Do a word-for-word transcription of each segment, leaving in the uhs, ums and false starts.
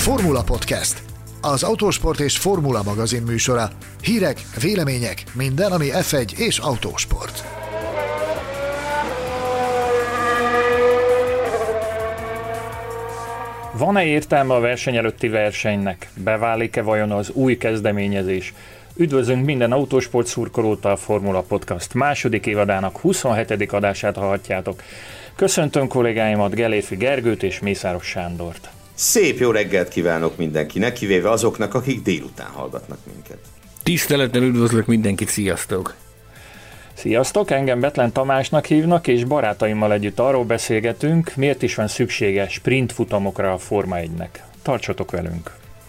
Formula Podcast, az autósport és formula magazin műsora. Hírek, vélemények, minden, ami ef egy és autósport. Van-e értelme a verseny előtti versenynek? Beválik-e vajon az új kezdeményezés? Üdvözlünk minden autósport szurkolót, a Formula Podcast második évadának huszonhetedik adását hallhatjátok. Köszöntöm kollégáimat, Gellérfi Gergőt és Mészáros Sándort. Szép jó reggelt kívánok mindenkinek, kivéve azoknak, akik délután hallgatnak minket. Tisztelettel üdvözlök mindenkit, sziasztok! Sziasztok, engem Betlen Tamásnak hívnak, és barátaimmal együtt arról beszélgetünk, miért is van szüksége sprint futamokra a Forma egynek. Tartsatok velünk!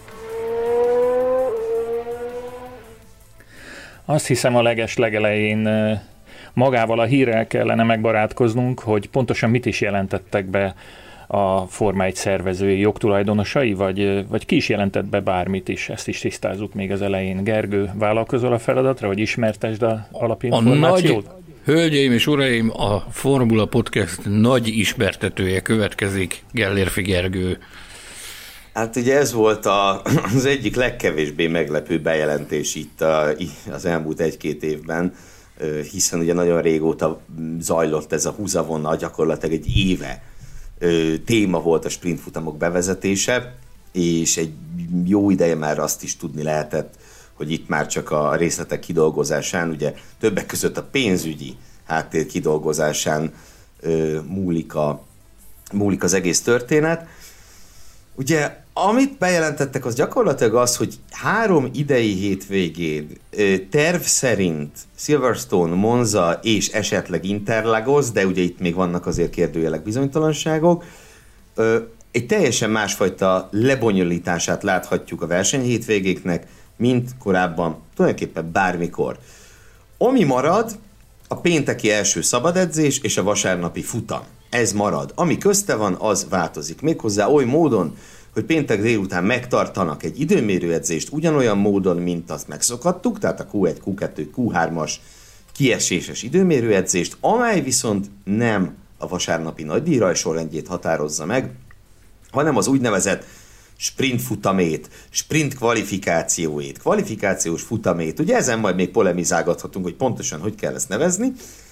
Azt hiszem, a leges legelején magával a hírrel kellene megbarátkoznunk, hogy pontosan mit is jelentettek be a Forma egy szervezői jogtulajdonosai, vagy, vagy ki is jelentett be bármit is, ezt is tisztázzuk még az elején. Gergő, vállalkozol a feladatra, hogy ismertesd a alapinformációt? A nagy, hölgyeim és uraim, a Formula Podcast nagy ismertetője következik, Gellérfi Gergő. Hát ugye ez volt a, az egyik legkevésbé meglepő bejelentés itt a, az elmúlt egy-két évben, hiszen ugye nagyon régóta zajlott ez a húzavona, gyakorlatilag egy éve téma volt a sprintfutamok bevezetése, és egy jó ideje már azt is tudni lehetett, hogy itt már csak a részletek kidolgozásán, ugye többek között a pénzügyi háttér kidolgozásán múlik, a, múlik az egész történet. Ugye, amit bejelentettek, az gyakorlatilag az, hogy három idei hétvégén terv szerint Silverstone, Monza és esetleg Interlagos, de ugye itt még vannak azért kérdőjelek, bizonytalanságok, egy teljesen másfajta lebonyolítását láthatjuk a versenyhétvégéknek, mint korábban, tulajdonképpen bármikor. Ami marad, a pénteki első szabadedzés és a vasárnapi futam. Ez marad. Ami közte van, az változik. Méghozzá oly módon, hogy péntek délután megtartanak egy időmérőedzést ugyanolyan módon, mint azt megszokhattuk, tehát a kú egy, kú kettő, kú hármas kieséses időmérőedzést, amely viszont nem a vasárnapi nagydíjraj sorrendjét határozza meg, hanem az úgynevezett sprint futamét, sprint kvalifikációét, kvalifikációs futamét. Ugye ezen majd még polemizálgathatunk, hogy pontosan hogy kell ezt nevezni.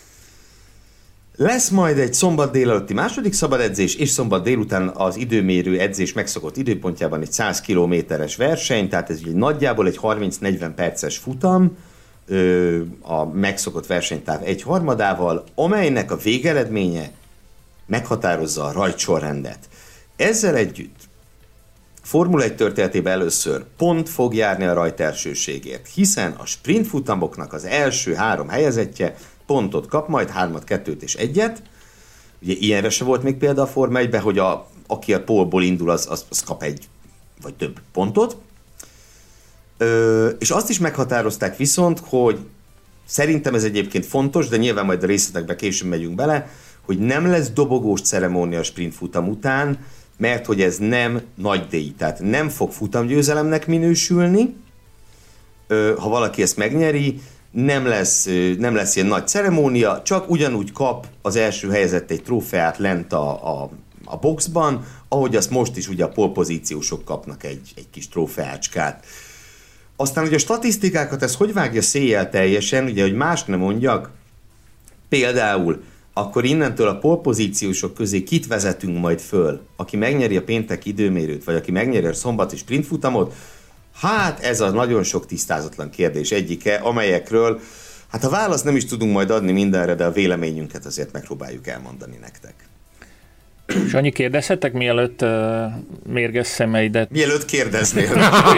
Lesz majd egy szombat délelőtti második szabadedzés, és szombat délután az időmérő edzés megszokott időpontjában egy száz kilométeres verseny, tehát ez egy nagyjából egy harminc-negyven perces futam, a megszokott versenytáv egy harmadával, amelynek a végeredménye meghatározza a rajtsorrendet. Ezzel együtt Formula egy történetében először pont fog járni a rajtelsőségért, hiszen a sprint futamoknak az első három helyezettje pontot kap, majd hármat, kettőt és egyet. Ugye ilyenre se volt még példa a Forma egyben, hogy a, aki a pólból indul, az, az, az kap egy vagy több pontot. Ö, és azt is meghatározták viszont, hogy szerintem ez egyébként fontos, de nyilván majd a részletekbe később megyünk bele, hogy nem lesz dobogós ceremónia a sprint futam után, mert hogy ez nem nagy díj, tehát nem fog futamgyőzelemnek minősülni. Ö, ha valaki ezt megnyeri, Nem lesz, nem lesz ilyen nagy ceremónia, csak ugyanúgy kap az első helyezett egy trófeát lent a, a, a boxban, ahogy azt most is ugye a polpozíciósok kapnak egy, egy kis trófeácskát. Aztán ugye a statisztikákat ez hogy vágja széjjel teljesen, ugye, hogy más nem mondjak, például akkor innentől a polpozíciósok közé kit vezetünk majd föl, aki megnyeri a péntek időmérőt, vagy aki megnyeri a szombati sprintfutamot. Hát ez a nagyon sok tisztázatlan kérdés egyike, amelyekről hát a választ nem is tudunk majd adni mindenre, de a véleményünket azért megpróbáljuk elmondani nektek. Sanyi, kérdezhetek, mielőtt uh, mérges szemeidet? Mielőtt kérdeznél.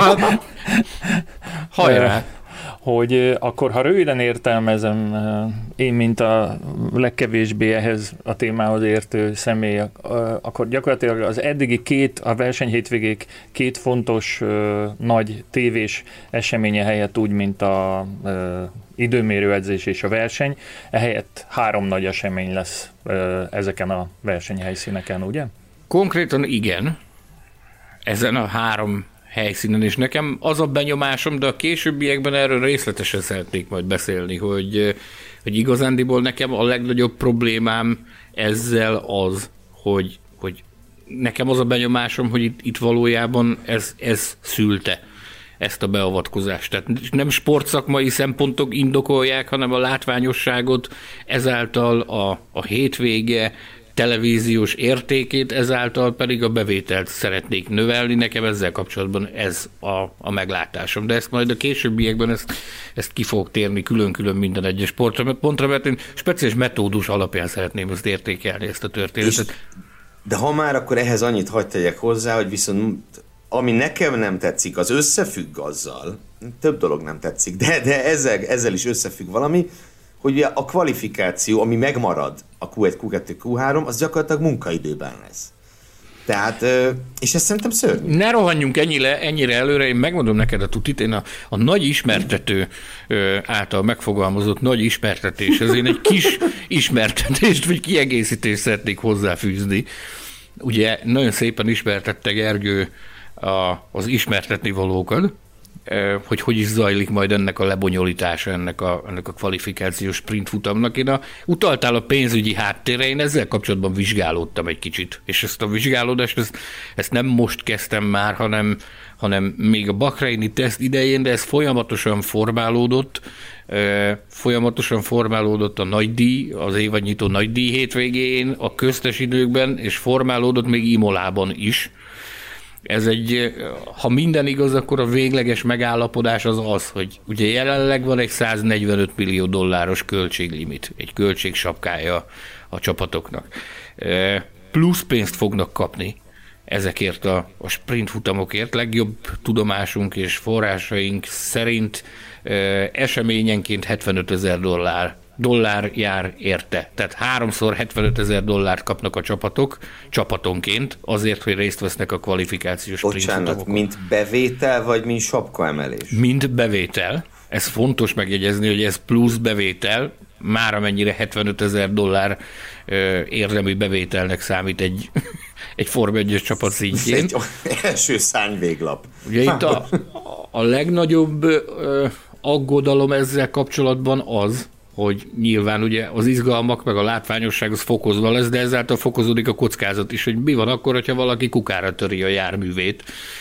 Hajrá! Hogy akkor, ha röviden értelmezem, én, mint a legkevésbé ehhez a témához értő személy, akkor gyakorlatilag az eddigi két, a versenyhétvégék két fontos nagy tévés eseménye helyett úgy, mint a időmérőedzés és a verseny, ehelyett három nagy esemény lesz ezeken a versenyhelyszíneken, ugye? Konkrétan igen, ezen a három helyszínen, és nekem az a benyomásom, de a későbbiekben erről részletesen szeretnék majd beszélni, hogy, hogy igazándiból nekem a legnagyobb problémám ezzel az, hogy, hogy nekem az a benyomásom, hogy itt, itt valójában ez, ez szülte ezt a beavatkozást. Tehát nem sportszakmai szempontok indokolják, hanem a látványosságot, ezáltal a, a hétvége televíziós értékét, ezáltal pedig a bevételt szeretnék növelni. Nekem ezzel kapcsolatban ez a, a meglátásom. De ezt majd a későbbiekben ezt, ezt ki fog térni külön-külön minden egyes pontra, mert én speciális metódus alapján szeretném ezt értékelni, ezt a történetet. És, de ha már, akkor ehhez annyit hadd tegyek hozzá, hogy viszont ami nekem nem tetszik, az összefügg azzal, több dolog nem tetszik, de, de ezzel, ezzel is összefügg valami, hogy a kvalifikáció, ami megmarad a kú egy, kú kettő, kú három, az gyakorlatilag munkaidőben lesz. Tehát, és ez szerintem szörnyű. Ne rohanjunk ennyire, ennyire előre, én megmondom neked a tutit, én a, a nagy ismertető által megfogalmazott nagy ismertetéshez én egy kis ismertetést, vagy kiegészítést szeretnék hozzáfűzni. Ugye nagyon szépen ismertette Gergő a, az ismertetni valókat, hogy hogy is zajlik majd ennek a lebonyolítása, ennek a, ennek a kvalifikációs sprintfutamnak. Én a, utaltál a pénzügyi háttérre, én ezzel kapcsolatban vizsgálódtam egy kicsit, és ezt a vizsgálódást, ezt, ezt nem most kezdtem már, hanem, hanem még a bahreini teszt idején, de ez folyamatosan formálódott, folyamatosan formálódott a nagydíj, az évadnyitó nagydíj hétvégén, a köztes időkben, és formálódott még Imolában is. Ez egy, ha minden igaz, akkor a végleges megállapodás az az, hogy ugye jelenleg van egy száznegyvenöt millió dolláros költséglimit, egy költségsapkája a csapatoknak. Plusz pénzt fognak kapni ezekért a, a sprintfutamokért. Legjobb tudomásunk és forrásaink szerint eseményenként hetvenöt ezer dollár dollár jár érte. Tehát háromszor hetvenöt ezer dollárt kapnak a csapatok, csapatonként, azért, hogy részt vesznek a kvalifikációs sprintfutamokon. Bocsánat, mint bevétel, vagy mint sapkaemelés? Mint bevétel. Ez fontos megjegyezni, hogy ez plusz bevétel, már amennyire hetvenöt ezer dollár ö, érdemi bevételnek számít egy, egy Forma egyes csapat szintjén. Egy első szányvéglap. Ugye itt a, a legnagyobb ö, aggodalom ezzel kapcsolatban az, hogy nyilván ugye az izgalmak meg a látványosság az fokozva lesz, de ezáltal fokozódik a kockázat is, hogy mi van akkor, hogyha valaki kukára töri a járművét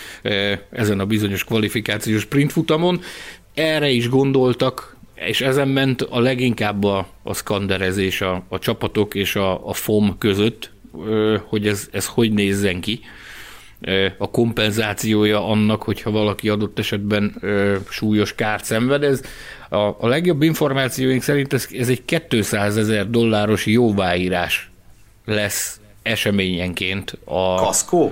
ezen a bizonyos kvalifikációs sprintfutamon. Erre is gondoltak, és ezen ment a leginkább a, a szkanderezés a, a csapatok és a, a ef o em között, hogy ez, ez hogy nézzen ki. A kompenzációja annak, hogyha valaki adott esetben ö, súlyos kárt szenved. Ez a, a legjobb információink szerint ez, ez egy kétszázezer dolláros jóváírás lesz eseményenként. A... Kaszkó?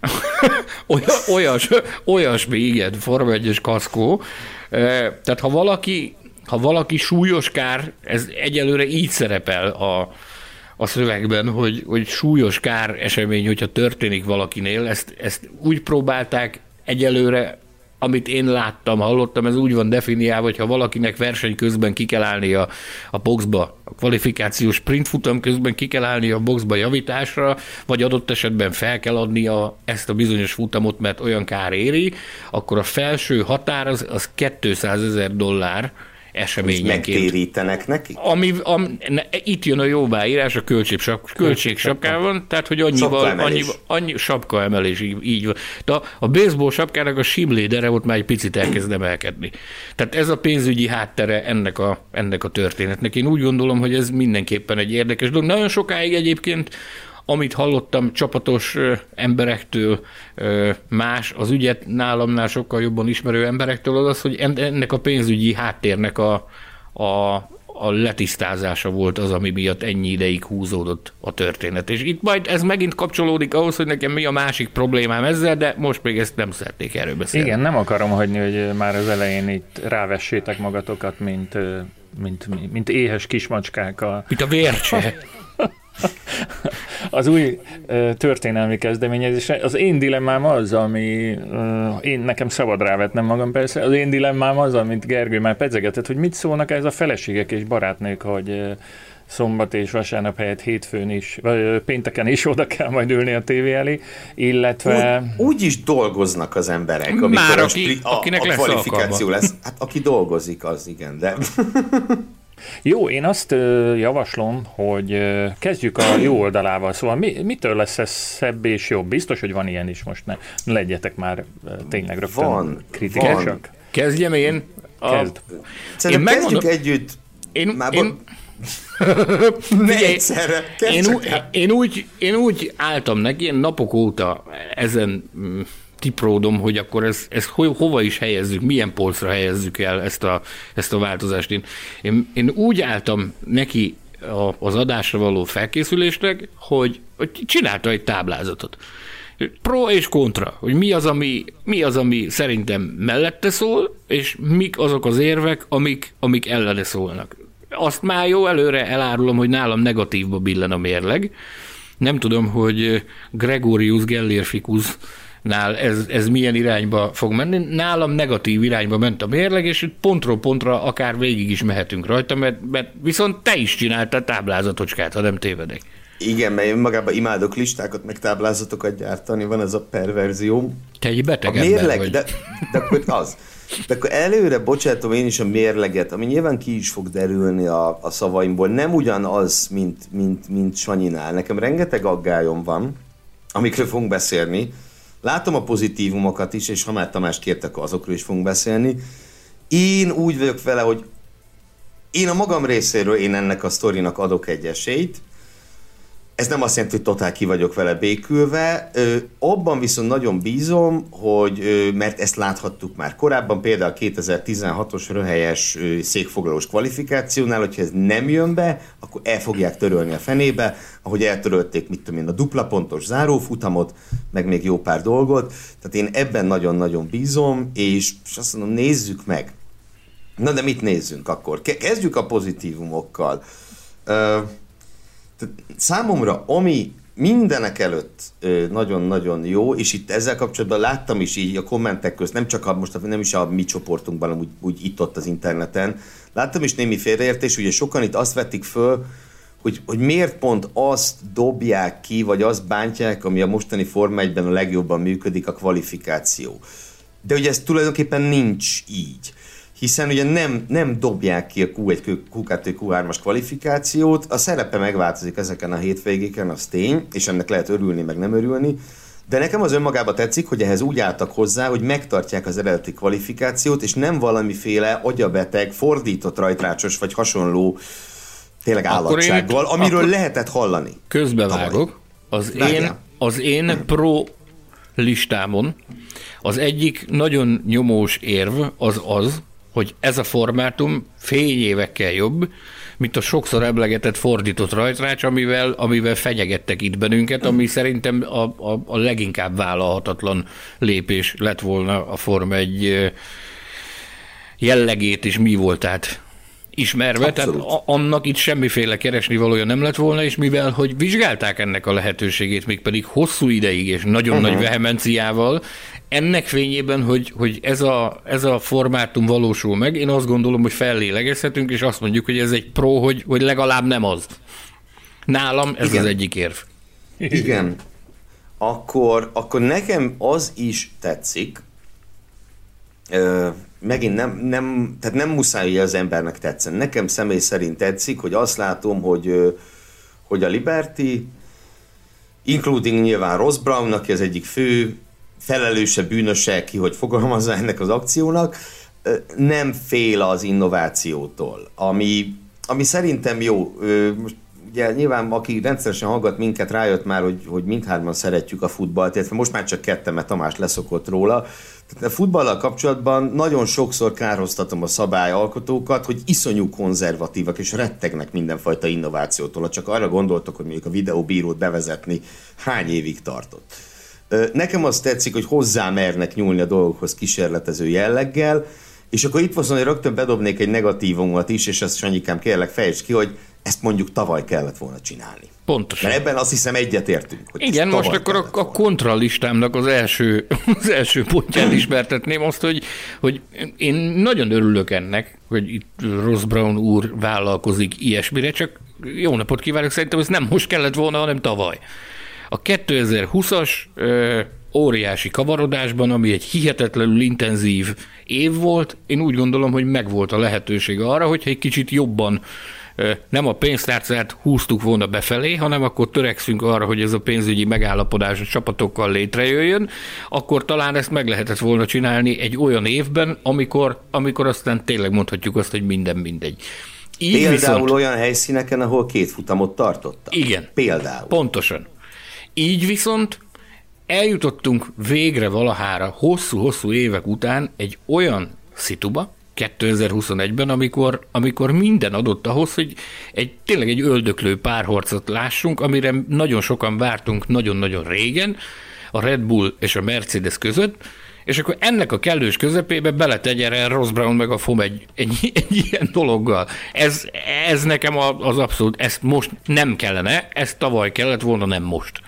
Olyas, olyas, olyasmi, igen, Forma egyes kaszkó. Tehát ha valaki, ha valaki súlyos kár, ez egyelőre így szerepel a a szövegben, hogy, hogy súlyos kár esemény, hogyha történik valakinél, ezt, ezt úgy próbálták egyelőre, amit én láttam, hallottam, ez úgy van definiálva, hogy ha valakinek verseny közben ki kell állni a, a boxba, a kvalifikációs sprintfutam közben ki kell állni a boxba javításra, vagy adott esetben fel kell adni a, ezt a bizonyos futamot, mert olyan kár éri, akkor a felső határ az, az kétszázezer dollár, eseményenként. Megtérítenek neki? Ami, am, ne, itt jön a jóváírás a költségsapkában, tehát hogy annyival, annyival, annyi sapkaemelés, így, így van. De a, a baseball sapkának a simlédere ott már egy picit elkezd emelkedni. Tehát ez a pénzügyi háttere ennek a, ennek a történetnek. Én úgy gondolom, hogy ez mindenképpen egy érdekes dolog. Nagyon sokáig egyébként amit hallottam csapatos emberektől, más, az ügyet nálamnál sokkal jobban ismerő emberektől, az az, hogy ennek a pénzügyi háttérnek a, a, a letisztázása volt az, ami miatt ennyi ideig húzódott a történet. És itt majd ez megint kapcsolódik ahhoz, hogy nekem mi a másik problémám ezzel, de most még ezt nem szeretnék erről beszélni. Igen, nem akarom hagyni, hogy már az elején itt rávessétek magatokat, mint, mint, mint éhes kismacskák. A... Mint a vércse. Az új uh, történelmi kezdeményezés, az én dilemmám az, ami, uh, én nekem szabad rávetnem magam persze, az én dilemmám az, amit Gergő már pedzegetett, hogy mit szólnak ez a feleségek és barátnők, hogy uh, szombat és vasárnap helyett hétfőn is, vagy uh, pénteken is oda kell majd ülni a tévé elé, illetve... Úgy, úgy is dolgoznak az emberek, amikor már a, aki, a, akinek a lesz kvalifikáció alkalma. lesz. Hát aki dolgozik, az igen, de... Jó, én azt ö, javaslom, hogy ö, kezdjük a jó oldalával. Szóval mi, mitől lesz ez szebb és jobb? Biztos, hogy van ilyen is, most ne, ne legyetek már ö, tényleg rögtön van, kritikusak. Van. Kezdjem én? A... Kezd. Szerintem Én kezdjük megmondom... együtt. Én, Már én... ne egyszerre. Én, úgy, én, úgy, én úgy álltam neki, én napok óta ezen mm, tipródom, hogy akkor ez, ez ho, hova is helyezzük, milyen polcra helyezzük el ezt a, ezt a változást. Én, én, én úgy álltam neki a, az adásra való felkészülésnek, hogy, hogy csinálta egy táblázatot. Pro és kontra, hogy mi az, ami, mi az, ami szerintem mellette szól, és mik azok az érvek, amik, amik ellene szólnak. Azt már jó előre elárulom, hogy nálam negatívba billen a mérleg. Nem tudom, hogy Gregorius Gellérficusnál ez, ez milyen irányba fog menni. Nálam negatív irányba ment a mérleg, és pontról pontra akár végig is mehetünk rajta, mert, mert viszont te is csináltál táblázatocskát, ha nem tévedek. Igen, mert én magában imádok listákat, meg táblázatokat gyártani, van ez a perverzió. Te egy beteg a ember mérleg, vagy. De, de akkor az. De akkor előre bocsátom én is a mérleget, ami nyilván ki is fog derülni a, a szavaimból. Nem ugyanaz, mint, mint, mint Sanyinál. Nekem rengeteg aggályom van, amikről fogunk beszélni. Látom a pozitívumokat is, és ha már Tamás kértek, azokról is fogunk beszélni. Én úgy vagyok vele, hogy én a magam részéről én ennek a sztorinak adok egy esélyt. Ez nem azt jelenti, hogy totál ki vagyok vele békülve. Ö, abban viszont nagyon bízom, hogy, ö, mert ezt láthattuk már korábban, például a kétezer-tizenhatos röhelyes ö, székfoglalós kvalifikációnál, hogyha ez nem jön be, akkor el fogják törölni a fenébe, ahogy eltörölték, mit tudom én, a dupla pontos zárófutamot, meg még jó pár dolgot. Tehát én ebben nagyon-nagyon bízom, és, és azt mondom, nézzük meg. Na de mit nézzünk akkor? Kezdjük a pozitívumokkal. Ö, Számomra, ami mindenek előtt nagyon-nagyon jó, és itt ezzel kapcsolatban láttam is így a kommentek közt, nem csak a, most nem is a mi csoportunkban, úgy, úgy itt-ott az interneten, láttam is némi félreértés, ugye sokan itt azt vették föl, hogy, hogy miért pont azt dobják ki, vagy azt bántják, ami a mostani Forma egyben a legjobban működik, a kvalifikáció. De ugye ez tulajdonképpen nincs így. Hiszen ugye nem, nem dobják ki a kú egy, kú kettő, kú hármas kvalifikációt, a szerepe megváltozik ezeken a hétvégéken, az tény, és ennek lehet örülni, meg nem örülni, de nekem az önmagában tetszik, hogy ehhez úgy álltak hozzá, hogy megtartják az eredeti kvalifikációt, és nem valamiféle agyabeteg, fordított rajtrácsos, vagy hasonló tényleg állatsággal, én, amiről lehetett hallani. Közbevágok, az én, az én pro listámon az egyik nagyon nyomós érv az az, hogy ez a formátum fényévekkel jobb, mint a sokszor emlegetett fordított rajtrács, amivel, amivel fenyegettek itt bennünket, ami szerintem a, a, a leginkább vállalhatatlan lépés lett volna a Forma egy jellegét és mi voltát ismerve, abszolút. Tehát annak itt semmiféle keresnivalója nem lett volna, és mivel, hogy vizsgálták ennek a lehetőségét, mégpedig hosszú ideig és nagyon uh-huh. nagy vehemenciával, ennek fényében, hogy, hogy ez, a, ez a formátum valósul meg, én azt gondolom, hogy fellélegezhetünk, és azt mondjuk, hogy ez egy pro, hogy, hogy legalább nem az. Nálam ez Igen. az egyik érv. Igen. Akkor, akkor nekem az is tetszik, Ö, megint nem, nem, tehát nem muszáj, hogy az embernek tetszen. Nekem személy szerint tetszik, hogy azt látom, hogy, hogy a Liberty, including nyilván Ross Brown, aki az egyik fő felelőse, bűnöse, ki hogy fogalmazza ennek az akciónak, nem fél az innovációtól, ami, ami szerintem jó. Most ugye nyilván, aki rendszeresen hallgat minket, rájött már, hogy, hogy mindhárman szeretjük a futballt, illetve most már csak ketten, mert Tamás leszokott róla. Tehát a futballal kapcsolatban nagyon sokszor kárhoztatom a szabályalkotókat, hogy iszonyú konzervatívak és rettegnek mindenfajta innovációtól. Csak arra gondoltok, hogy mondjuk a videóbírót bevezetni hány évig tartott. Nekem azt tetszik, hogy hozzá mernek nyúlni a dolgokhoz kísérletező jelleggel, és akkor itt viszont rögtön bedobnék egy negatívumot is, és ezt Sanyikám kérlek fejtsd ki, hogy ezt mondjuk tavaly kellett volna csinálni. Pontosan. Mert ebben azt hiszem egyetértünk. Hogy igen, most akkor a, a kontralistámnak az első, az első pontját ismertetném azt, hogy, hogy én nagyon örülök ennek, hogy itt Ross Brown úr vállalkozik ilyesmire, csak jó napot kívánok, szerintem ez nem most kellett volna, hanem tavaly. A kétezer-húszas ö, óriási kavarodásban, ami egy hihetetlenül intenzív év volt, én úgy gondolom, hogy megvolt a lehetőség arra, hogyha egy kicsit jobban nem a pénztárcát húztuk volna befelé, hanem akkor törekszünk arra, hogy ez a pénzügyi megállapodás a csapatokkal létrejöjjön, akkor talán ezt meg lehetett volna csinálni egy olyan évben, amikor, amikor aztán tényleg mondhatjuk azt, hogy minden mindegy. Így Például viszont, olyan helyszíneken, ahol két futamot tartottak. Igen. Például. Pontosan. Így viszont eljutottunk végre valahára hosszú-hosszú évek után egy olyan szituba, kétezer-huszonegyben, amikor, amikor minden adott ahhoz, hogy egy, tényleg egy öldöklő párharcot lássunk, amire nagyon sokan vártunk nagyon-nagyon régen, a Red Bull és a Mercedes között, és akkor ennek a kellős közepébe beletegyen el Ross Brown meg a Fom egy, egy, egy ilyen dologgal. Ez, ez nekem az abszolút, ezt most nem kellene, ezt tavaly kellett volna, nem most.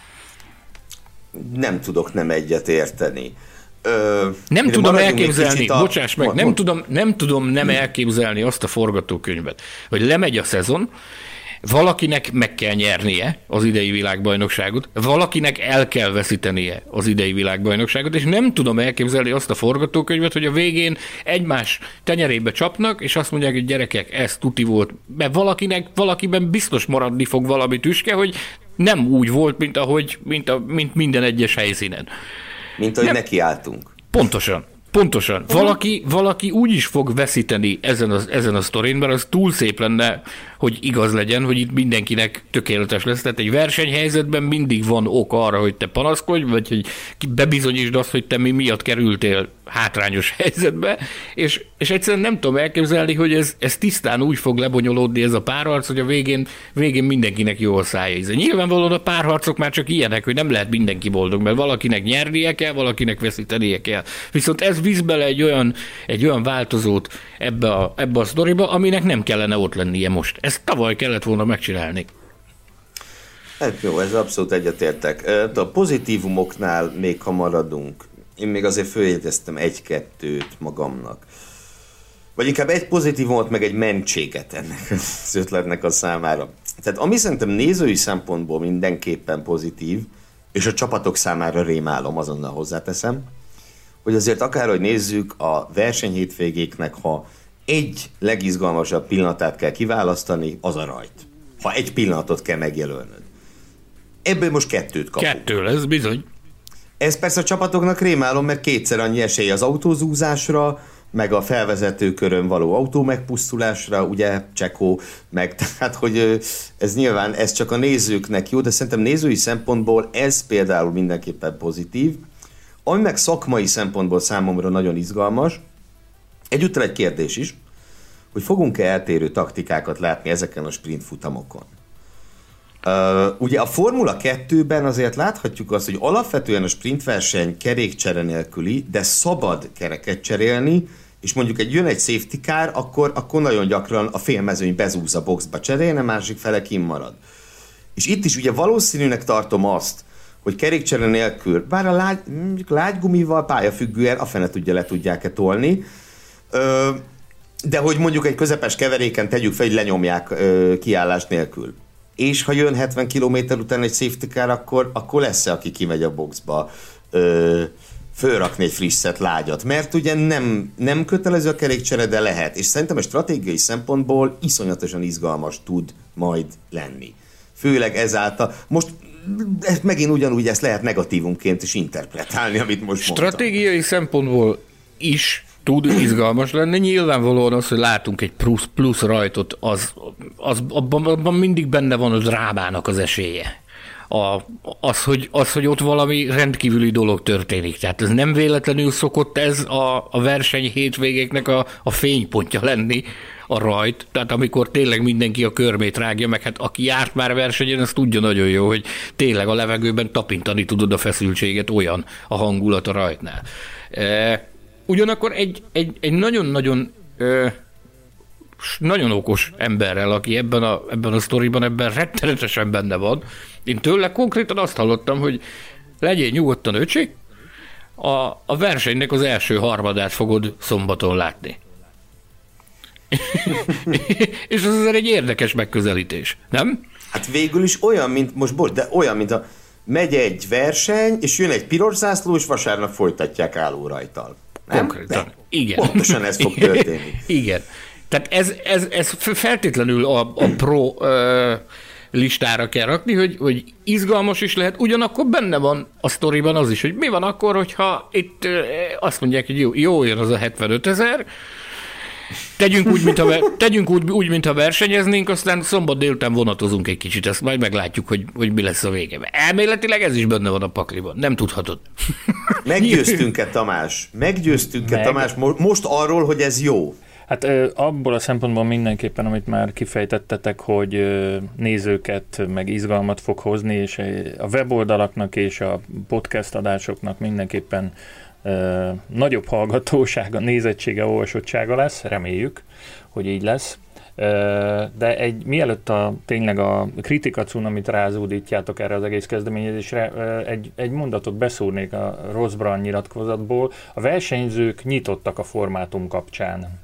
Nem tudok nem egyet érteni. Ö, nem tudom elképzelni, a... bocsáss meg, mond, nem, mond. Tudom, nem tudom nem elképzelni azt a forgatókönyvet, hogy lemegy a szezon, valakinek meg kell nyernie az idei világbajnokságot, valakinek el kell veszítenie az idei világbajnokságot, és nem tudom elképzelni azt a forgatókönyvet, hogy a végén egymás tenyerébe csapnak, és azt mondják, hogy gyerekek, ez tuti volt, mert valakinek, valakiben biztos maradni fog valami tüske, hogy nem úgy volt, mint, ahogy, mint, a, mint minden egyes helyszínen. Mint ahogy nekiálltunk. Pontosan. Pontosan. Valaki, valaki úgy is fog veszíteni ezen a, ezen a sztorin, mert az túl szép lenne, hogy igaz legyen, hogy itt mindenkinek tökéletes lesz. Tehát egy versenyhelyzetben mindig van ok arra, hogy te panaszkodj, vagy hogy bebizonyítsd azt, hogy te mi miatt kerültél hátrányos helyzetbe, és, és egyszerűen nem tudom elképzelni, hogy ez, ez tisztán úgy fog lebonyolódni ez a párharc, hogy a végén, végén mindenkinek jó a szája íze. Nyilvánvalóan a párharcok már csak ilyenek, hogy nem lehet mindenki boldog, mert valakinek nyernie kell, valakinek veszítenie kell. Viszont ez visz bele egy olyan, egy olyan változót ebbe a, ebbe a sztoriba, aminek nem kellene ott lennie most. Ezt tavaly kellett volna megcsinálni. Hát jó, ez abszolút egyetértek. A pozitívumoknál még ha maradunk, én még azért följegyeztem egy-kettőt magamnak. Vagy inkább egy pozitívumot, meg egy mentséget ennek az ötletnek a számára. Tehát ami szerintem nézői szempontból mindenképpen pozitív, és a csapatok számára rémálom, azonnal hozzáteszem, hogy azért akárhogy nézzük, a versenyhétvégéknek, ha egy legizgalmasabb pillanatát kell kiválasztani, az a rajt. Ha egy pillanatot kell megjelölnöd. Ebből most kettőt kapunk. Kettő lesz, bizony. Ez persze a csapatoknak rémálom, mert kétszer annyi esély az autózúzásra, meg a felvezetőkörön való autó megpusztulásra, ugye, Csekó, meg tehát, hogy ez nyilván, ez csak a nézőknek jó, de szerintem nézői szempontból ez például mindenképpen pozitív. Ami meg szakmai szempontból számomra nagyon izgalmas, egyúttal egy kérdés is, hogy fogunk-e eltérő taktikákat látni ezeken a sprint futamokon. Uh, ugye a Formula kettőben azért láthatjuk azt, hogy alapvetően a sprintverseny kerékcsere nélküli, de szabad kereket cserélni, és mondjuk egy jön egy safety car, akkor, akkor nagyon gyakran a félmezőny bezúz a boxba cserélne, másik fele kinn marad. És itt is ugye valószínűnek tartom azt, hogy kerékcsere nélkül, bár a lágy, lágygumival pályafüggően a fene tudja, le tudják-e tolni, uh, de hogy mondjuk egy közepes keveréken tegyük fel, hogy lenyomják uh, kiállás nélkül. És ha jön hetven kilométer után egy safety car, akkor, akkor lesz-e, aki kimegy a boxba ö, fölrakni egy frisset, lágyat. Mert ugye nem, nem kötelező a kerékcsere, de lehet. És szerintem a stratégiai szempontból iszonyatosan izgalmas tud majd lenni. Főleg ezáltal. Most ezt megint ugyanúgy ezt lehet negatívumként is interpretálni, amit most mondtam. Stratégiai szempontból is tud izgalmas lenni. Nyilvánvalóan az, hogy látunk egy plusz, plusz rajtot, az, az, abban, abban mindig benne van a drámának az esélye. A, az, hogy, az, hogy ott valami rendkívüli dolog történik. Tehát ez nem véletlenül szokott ez a, a verseny hétvégéknek a, a fénypontja lenni, a rajt. Tehát amikor tényleg mindenki a körmét rágja, meg hát aki járt már versenyen, az tudja nagyon jó, hogy tényleg a levegőben tapintani tudod a feszültséget, olyan a hangulat a rajtnál. E, Ugyanakkor egy, egy, egy nagyon-nagyon ö, nagyon okos emberrel, aki ebben a, ebben a sztoriban ebben rettenetesen benne van. Én tőle konkrétan azt hallottam, hogy legyél nyugodtan öcsi, a, a versenynek az első harmadát fogod szombaton látni. És ez azért egy érdekes megközelítés, nem? Hát végül is olyan, mint, most bocs, de olyan, mint a megy egy verseny, és jön egy piros zászló, és vasárnap folytatják állórajttal. Nem? Konkrétan. Nem. Igen. Pontosan ez fog történni. Igen. Tehát ez, ez, ez feltétlenül a, a pro ö, listára kell rakni, hogy, hogy izgalmas is lehet, ugyanakkor benne van a sztoriban az is, hogy mi van akkor, hogyha itt ö, azt mondják, hogy jó, jó jön az a hetvenöt ezer, tegyünk úgy, mintha, tegyünk úgy, úgy, mintha versenyeznénk, aztán szombat délután vonatozunk egy kicsit, azt majd meglátjuk, hogy, hogy mi lesz a vége. Elméletileg ez is benne van a pakliban, nem tudhatod. Meggyőztünk-e, Tamás? Meggyőztünk-e, Meg. Tamás, most arról, hogy ez jó? Hát abból a szempontból mindenképpen, amit már kifejtettetek, hogy nézőket, meg izgalmat fog hozni, és a weboldalaknak és a podcast adásoknak mindenképpen nagyobb hallgatósága, nézettsége, olvasottsága lesz, reméljük, hogy így lesz. De egy, mielőtt a, tényleg a kritika cunamit rázúdítjátok erre az egész kezdeményezésre, egy, egy mondatot beszúrnék a Rosbrand nyilatkozatból. A versenyzők nyitottak a formátum kapcsán.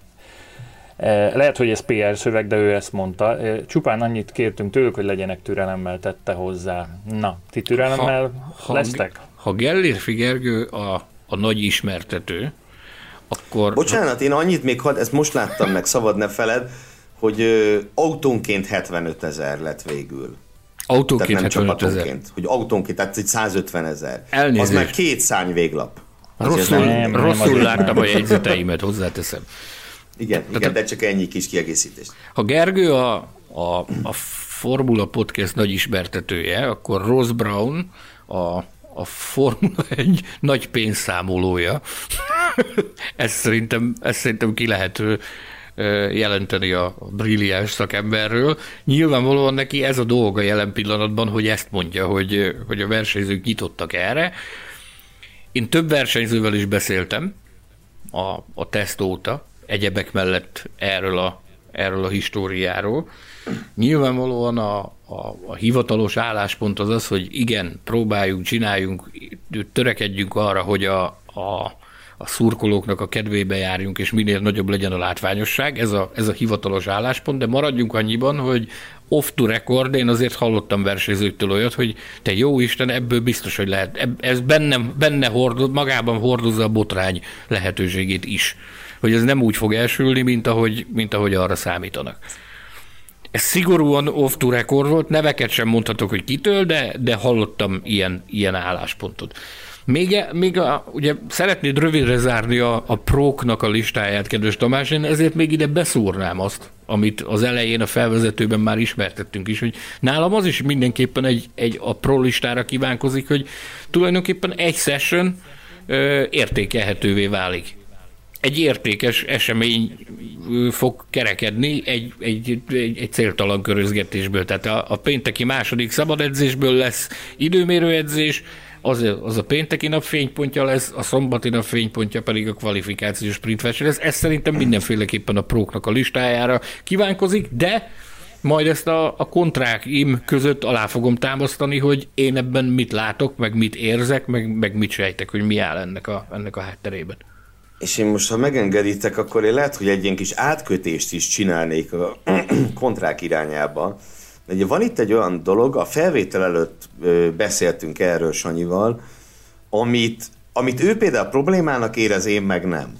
Lehet, hogy ez pé er szöveg, de ő ezt mondta. Csupán annyit kértünk tőlük, hogy legyenek türelemmel, tette hozzá. Na, ti türelemmel ha, lesztek? Ha, ha Gellérfi Gergő a, a nagy ismertető, akkor... Bocsánat, én annyit még hadd, ezt most láttam meg, szabad ne feled, hogy ö, autónként hetvenöt ezer lett végül. Autónként hetvenöt ezer? Hogy autónként, tehát egy százötven ezer. Elnézést. Az már két szárny véglap. Rosszul, nem, nem, rosszul láttam a jegyzeteimet, hozzáteszem. Igen, igen, de csak ennyi kis kiegészítés. Ha Gergő a, a, a Formula Podcast nagy ismertetője, akkor Ross Brown a, a Formula egy nagy pénzszámolója. ezt, szerintem, ezt szerintem ki lehet jelenteni a brilliáns szakemberről. Nyilvánvalóan neki ez a dolga jelen pillanatban, hogy ezt mondja, hogy, hogy a versenyzők nyitottak erre. Én több versenyzővel is beszéltem a, a teszt óta, egyebek mellett erről a, erről a históriáról. Nyilvánvalóan a, a, a hivatalos álláspont az az, hogy igen, próbáljunk, csináljunk, törekedjünk arra, hogy a, a, a szurkolóknak a kedvébe járjunk, és minél nagyobb legyen a látványosság. Ez a, ez a hivatalos álláspont, de maradjunk annyiban, hogy off to record, én azért hallottam versenyzőktől olyat, hogy te jó Isten, ebből biztos, hogy lehet. Ez benne, benne hordoz, magában hordozza a botrány lehetőségét is. Hogy ez nem úgy fog elsülni, mint ahogy, mint ahogy arra számítanak. Ez szigorúan off to record volt, neveket sem mondhatok, hogy kitől, de, de hallottam ilyen, ilyen álláspontot. Még, még a, ugye szeretnéd rövidre zárni a, a próknak a listáját, kedves Tamás, én ezért még ide beszúrnám azt, amit az elején a felvezetőben már ismertettünk is, hogy nálam az is mindenképpen egy, egy a pro listára kívánkozik, hogy tulajdonképpen egy session ö, értékelhetővé válik. Egy értékes esemény fog kerekedni egy, egy, egy, egy céltalan körözgetésből. Tehát a, a pénteki második szabadedzésből lesz időmérőedzés, az, az a pénteki nap fénypontja lesz, a szombati nap fénypontja pedig a kvalifikációs sprintverseny. Ez, ez szerintem mindenféleképpen a próknak a listájára kívánkozik, de majd ezt a, a kontrákim között alá fogom támasztani, hogy én ebben mit látok, meg mit érzek, meg, meg mit sejtek, hogy mi áll ennek a, ennek a hátterében. És én most, ha megengeditek, akkor én lehet, hogy egy ilyen kis átkötést is csinálnék a kontrák irányába. De ugye van itt egy olyan dolog, a felvétel előtt beszéltünk erről Sanyival, amit, amit ő például problémának érez, én meg nem.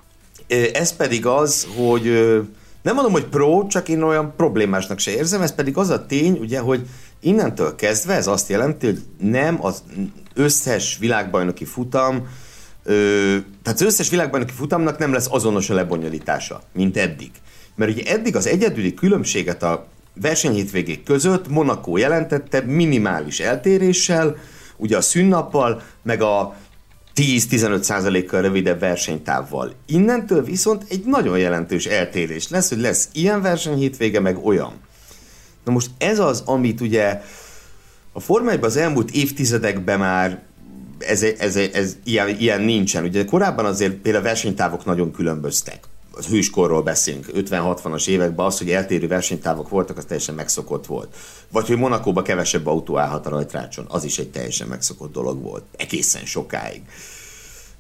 Ez pedig az, hogy nem mondom, hogy pro, csak én olyan problémásnak se érzem, ez pedig az a tény, ugye, hogy innentől kezdve ez azt jelenti, hogy nem az összes világbajnoki futam, Ö, tehát az összes világbajnoki futamnak nem lesz azonos a lebonyolítása, mint eddig. Mert ugye eddig az egyedüli különbséget a versenyhétvégék között Monaco jelentette minimális eltéréssel, ugye a szünnappal, meg a tíz-tizenöt százalékkal rövidebb versenytávval. Innentől viszont egy nagyon jelentős eltérés lesz, hogy lesz ilyen versenyhétvége, meg olyan. Na most ez az, amit ugye a Forma egyben az elmúlt évtizedekben már Ez, ez, ez, ez ilyen, ilyen nincsen. Ugye korábban azért például versenytávok nagyon különböztek. Az hőskorról beszélünk, ötven-hatvanas években az, hogy eltérő versenytávok voltak, az teljesen megszokott volt. Vagy hogy Monacóban kevesebb autó állhat a rajtrácson, az is egy teljesen megszokott dolog volt. Egészen sokáig.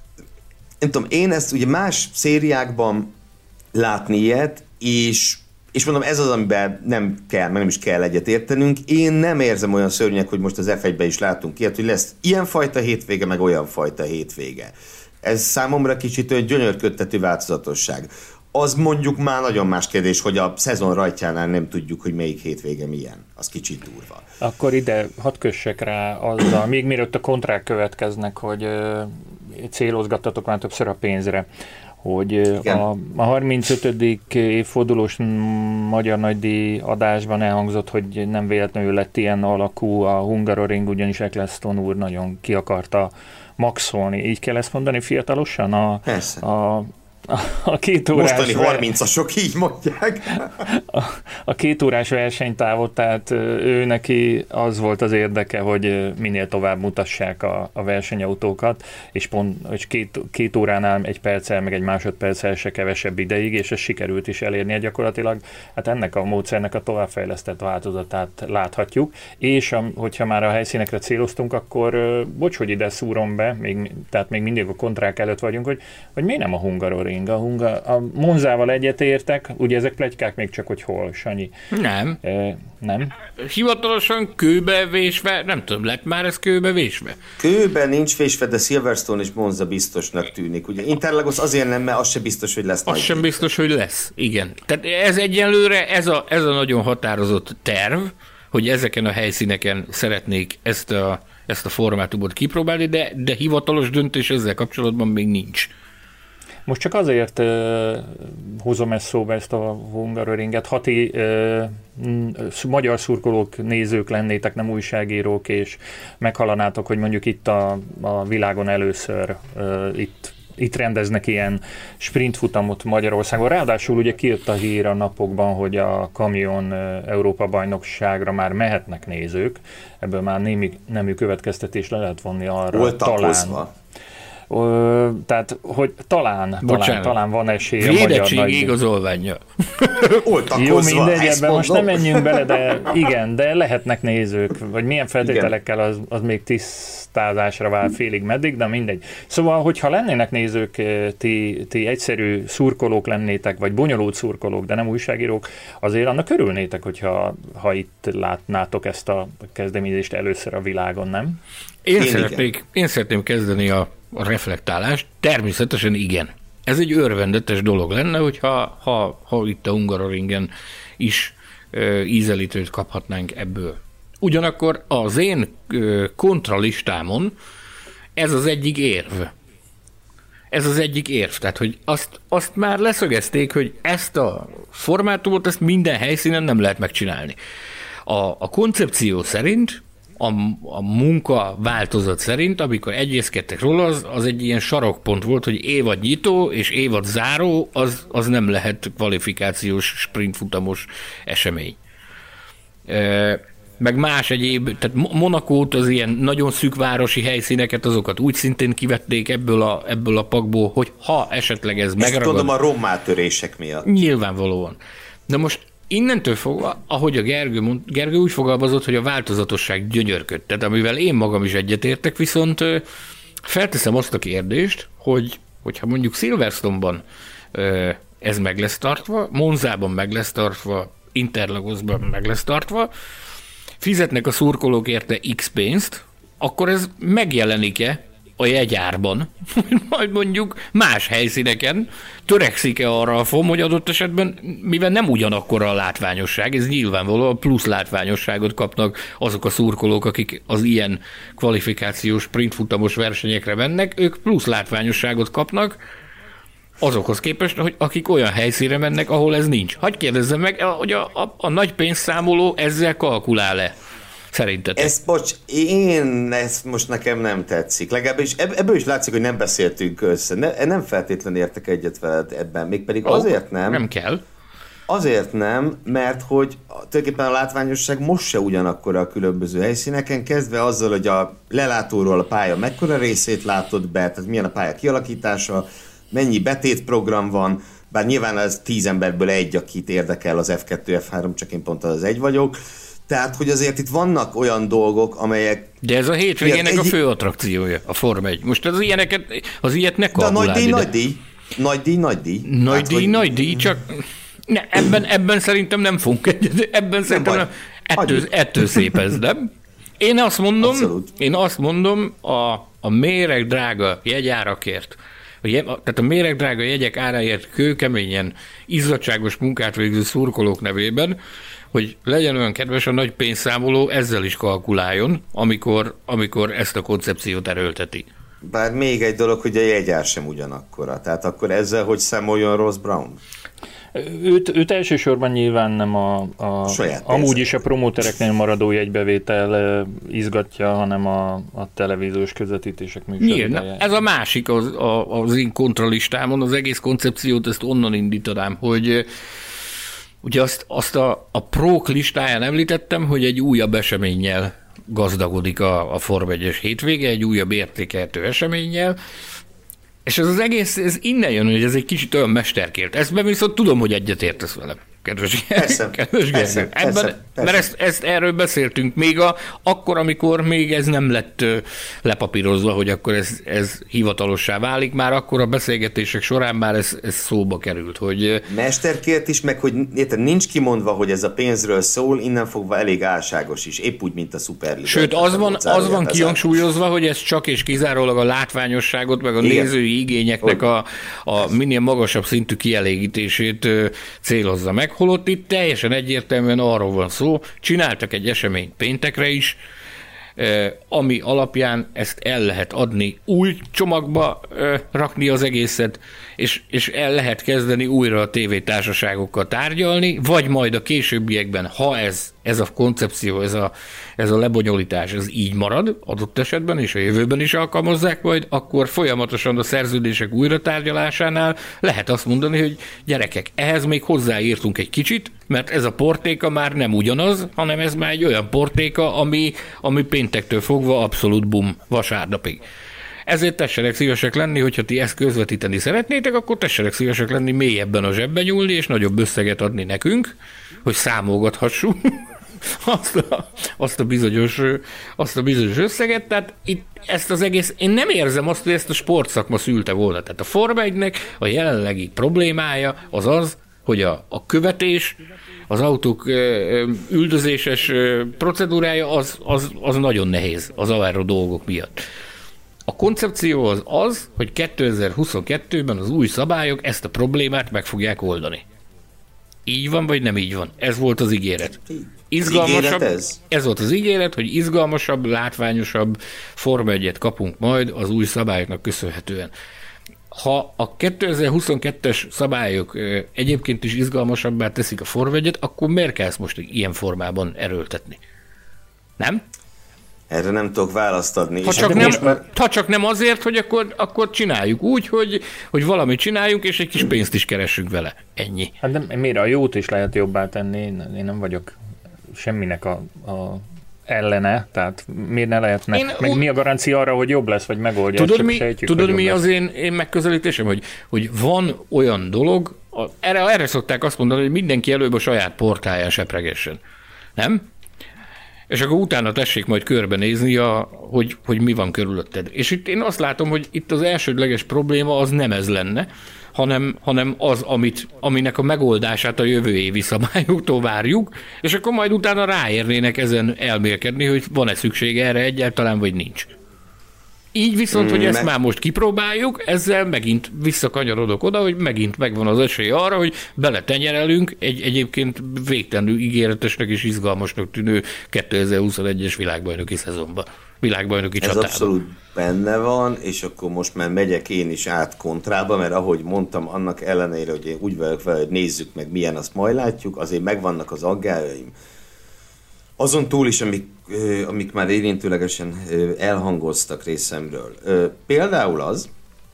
Nem tudom, én ezt ugye más szériákban látni ilyet, és És mondom, ez az, amiben nem kell, meg nem is kell egyet értenünk. Én nem érzem olyan szörnyek, hogy most az ef egyben is látunk ilyet, hogy lesz ilyen fajta hétvége, meg olyan fajta hétvége. Ez számomra kicsit olyan gyönyörködtető változatosság. Az mondjuk már nagyon más kérdés, hogy a szezon rajtjánál nem tudjuk, hogy melyik hétvége milyen. Az kicsit durva. Akkor ide hadd kössek rá azzal, még mielőtt a kontrák következnek, hogy célozgattatok már többször a pénzre, hogy a, a harmincötödik évfordulós Magyar Nagydíj adásban elhangzott, hogy nem véletlenül lett ilyen alakú a Hungaroring, ugyanis Eccleston úr nagyon ki akarta maxolni. Így kell ezt mondani fiatalosan? A, Persze. A, A, a két órás mostani harmincasok így mondják. A, a két órás versenytávot, tehát ő neki az volt az érdeke, hogy minél tovább mutassák a, a versenyautókat, és pont és két, két óránál egy perccel, meg egy másodperccel se kevesebb ideig, és ez sikerült is elérnie gyakorlatilag. Hát ennek a módszernek a továbbfejlesztett változatát láthatjuk, és a, hogyha már a helyszínekre céloztunk, akkor bocs, hogy ide szúrom be, még, tehát még mindig a kontrák előtt vagyunk, hogy, hogy miért nem a Hungaroring? A, Hunga, a Monzával egyetértek, ugye ezek pletykák még csak, hogy hol, Sanyi? Nem. E, nem? Hivatalosan kőbe vésve, nem tudom, lett már ez kőbe vésve? Kőbe nincs vésve, de Silverstone és Monza biztosnak tűnik. Ugye Interlagos azért nem, mert az sem biztos, hogy lesz. Az sem biztos, hogy lesz, igen. Tehát ez egyelőre, ez a, ez a nagyon határozott terv, hogy ezeken a helyszíneken szeretnék ezt a, ezt a formátumot kipróbálni, de, de hivatalos döntés ezzel kapcsolatban még nincs. Most csak azért uh, hozom ezt szóba, ezt a Hungaroringet, ha ti uh, magyar szurkolók, nézők lennétek, nem újságírók, és meghallanátok, hogy mondjuk itt a, a világon először uh, itt, itt rendeznek ilyen sprintfutamot Magyarországon. Ráadásul ugye kijött a hír a napokban, hogy a Kamion uh, Európa-bajnokságra már mehetnek nézők, ebből már némi nemű következtetés le lehet vonni arra, Oltakozva. talán. Ö, tehát, hogy talán, talán, talán van esély a magyar nagy... igazolványa. Jó, mindegy, ebben most nem menjünk bele, de igen, de lehetnek nézők, vagy milyen feltételekkel, az, az még tisztázásra vár félig meddig, de mindegy. Szóval, hogyha lennének nézők, ti, ti egyszerű szurkolók lennétek, vagy bonyolult szurkolók, de nem újságírók, azért annak örülnétek, hogyha ha itt látnátok ezt a kezdeményezést először a világon, nem? Én, én, szeretnék, én szeretném kezdeni a a reflektálást. Természetesen igen. Ez egy örvendetes dolog lenne, hogyha ha, ha itt a Hungaroringen is ö, ízelítőt kaphatnánk ebből. Ugyanakkor az én ö, kontralistámon ez az egyik érv. Ez az egyik érv. Tehát, hogy azt, azt már leszögezték, hogy ezt a formátumot ezt minden helyszínen nem lehet megcsinálni. A, a koncepció szerint A, a munka változat szerint, amikor egyezkedtek róla, az, az egy ilyen sarokpont volt, hogy évad nyitó és évad záró, az, az nem lehet kvalifikációs sprintfutamos esemény. E, meg más egyéb, tehát Monakót, az ilyen nagyon szűk városi helyszíneket, azokat úgy szintén kivették ebből a, ebből a pakból, hogy ha esetleg ez megragad... Ezt tudom a rommátörések miatt. Nyilvánvalóan. De most innentől fogva, ahogy a Gergő, mond, Gergő úgy fogalmazott, hogy a változatosság gyönyörködt, tehát amivel én magam is egyetértek, viszont felteszem azt a kérdést, hogy hogyha mondjuk Silverstone-ban ez meg lesz tartva, Monzában meg lesz tartva, Interlagosban meg lesz tartva, fizetnek a szurkolók érte X pénzt, akkor ez megjelenik-e a jegyárban, majd mondjuk más helyszíneken törekszik-e arra a fom, hogy adott esetben, mivel nem ugyanakkora a látványosság, ez nyilvánvalóan plusz látványosságot kapnak azok a szurkolók, akik az ilyen kvalifikációs sprintfutamos versenyekre mennek, ők plusz látványosságot kapnak azokhoz képest, hogy akik olyan helyszínre mennek, ahol ez nincs. Hadd kérdezzem meg, hogy a, a, a nagy pénzszámoló ezzel kalkulál-e? Szerintetek? Ez, bocs, én, ez most nekem nem tetszik. Legalábbis ebből is látszik, hogy nem beszéltünk össze. Ne, nem feltétlenül értek egyet veled ebben. Mégpedig azért nem. Nem kell. Azért nem, mert hogy tulajdonképpen a látványosság most se ugyanakkor a különböző helyszíneken, kezdve azzal, hogy a lelátóról a pálya mekkora részét látod be, tehát milyen a pálya kialakítása, mennyi betétprogram van, bár nyilván az tíz emberből egy, akit érdekel az ef kettő, ef három, csak én pont az egy vagyok. Tehát, hogy azért itt vannak olyan dolgok, amelyek... De ez a hétvégének egy... a fő attrakciója, a Forma egy. Most az ilyeneket, az ilyet ne kalkulálni. De a nagy díj, de... nagy díj. Nagy díj, nagy díj. Nagy hát, díj, hogy... nagy díj, csak Ne, ebben, ebben szerintem nem fogunk egyet, ebben szerintem nem, ettől, ettől szép ez, nem? Én azt mondom, Abszolút. én azt mondom, a, a méreg drága jegyárakért, tehát a méreg drága jegyek áráért kőkeményen, izzadságos munkát végző szurkolók nevében, hogy legyen olyan kedves a nagy pénzszámoló, ezzel is kalkuláljon, amikor, amikor ezt a koncepciót erőlteti. Bár még egy dolog, hogy a jegyár sem ugyanakkora. Tehát akkor ezzel, hogy számoljon Ross Brown? Őt, őt elsősorban nyilván nem a, a amúgy is a promótereknél maradó jegybevétel izgatja, hanem a, a televíziós közvetítések műsorideje. Ez a másik az, a, az én kontralistámon, az egész koncepciót ezt onnan indítanám, hogy ugye azt, azt a, a prók listáján említettem, hogy egy újabb eseménnyel gazdagodik a, a Form egyes hétvége, egy újabb értékelhető eseménnyel, és ez az egész, ez innen jön, hogy ez egy kicsit olyan mesterkért. Ezt viszont tudom, hogy egyetértesz velem. Kedves, persze, kedves persze, Ebben, persze, persze. Mert ezt, ezt erről beszéltünk még a, akkor, amikor még ez nem lett ö, lepapírozva, hogy akkor ez, ez hivatalossá válik, már akkor a beszélgetések során már ez, ez szóba került. Hogy, mesterkért is, meg hogy érted, nincs kimondva, hogy ez a pénzről szól, innen fogva elég álságos is, épp úgy, mint a Superliga. Sőt, az van, az van kihangsúlyozva, hogy ez csak és kizárólag a látványosságot, meg a Igen. nézői igényeknek a, a minél magasabb szintű kielégítését ö, célozza meg. Holott itt teljesen egyértelműen arról van szó, csináltak egy eseményt péntekre is, ami alapján ezt el lehet adni, új csomagba rakni az egészet, és, és el lehet kezdeni újra a tévétársaságokkal tárgyalni, vagy majd a későbbiekben, ha ez, ez a koncepció, ez a, ez a lebonyolítás, ez így marad adott esetben, és a jövőben is alkalmazzák majd, akkor folyamatosan a szerződések újra tárgyalásánál lehet azt mondani, hogy gyerekek, ehhez még hozzáírtunk egy kicsit, mert ez a portéka már nem ugyanaz, hanem ez már egy olyan portéka, ami, ami péntektől fogva abszolút bum vasárnapig. Ezért tessenek szívesek lenni, hogyha ti ezt közvetíteni szeretnétek, akkor tessenek szívesek lenni mélyebben a zsebbe nyúlni, és nagyobb összeget adni nekünk, hogy számolgathassuk azt a, azt a, bizonyos, azt a bizonyos összeget. Tehát itt ezt az egész, én nem érzem azt, hogy ezt a sportszakma szülte volna. Tehát a Forma egynek a jelenlegi problémája az az, hogy a, a követés, az autók üldözéses procedúrája az, az, az nagyon nehéz az averro dolgok miatt. A koncepció az az, hogy kétezer-huszonkettőben az új szabályok ezt a problémát meg fogják oldani. Így van, vagy nem így van? Ez volt az ígéret. Izgalmasabb, ez? ez volt az ígéret, hogy izgalmasabb, látványosabb Forma egyet kapunk majd az új szabályoknak köszönhetően. Ha a kétezer-huszonkettes szabályok egyébként is izgalmasabbá teszik a Forma egyet, akkor miért kell ezt most ilyen formában erőltetni? Nem? Erre nem tudok választ adni. Ha, csak nem, már... ha csak nem azért, hogy akkor, akkor csináljuk úgy, hogy, hogy valamit csináljunk, és egy kis pénzt is keressünk vele. Ennyi. Hát de miért a jót is lehet jobbá tenni? Én nem vagyok semminek a, a ellene, tehát miért ne lehetne? Én, meg mi a garancia arra, hogy jobb lesz, vagy megoldja? Tudod, mi, sejtjük, tudod mi az én, én megközelítésem, hogy, hogy van olyan dolog, erre, erre szokták azt mondani, hogy mindenki előbb a saját portáján sepregessen. Nem? És akkor utána tessék majd körbenézni, a, hogy, hogy mi van körülötted. És itt én azt látom, hogy itt az elsődleges probléma az nem ez lenne, hanem, hanem az, amit, aminek a megoldását a jövő évi szabályoktól várjuk, és akkor majd utána ráérnének ezen elmélkedni, hogy van-e szükség erre egyáltalán, vagy nincs. Így viszont, hogy ezt már most kipróbáljuk, ezzel megint visszakanyarodok oda, hogy megint megvan az esély arra, hogy beletenyerelünk egy egyébként végtelenül ígéretesnek és izgalmasnak tűnő kétezer-huszonegyes világbajnoki szezonba, világbajnoki Ez csatába. Abszolút benne van, és akkor most már megyek én is át kontrába, mert ahogy mondtam, annak ellenére, hogy én úgy vagyok vele, hogy nézzük meg milyen, azt majd látjuk, azért megvannak az aggályaim. Azon túl is, amik, amik már érintőlegesen elhangoztak részemről. Például az,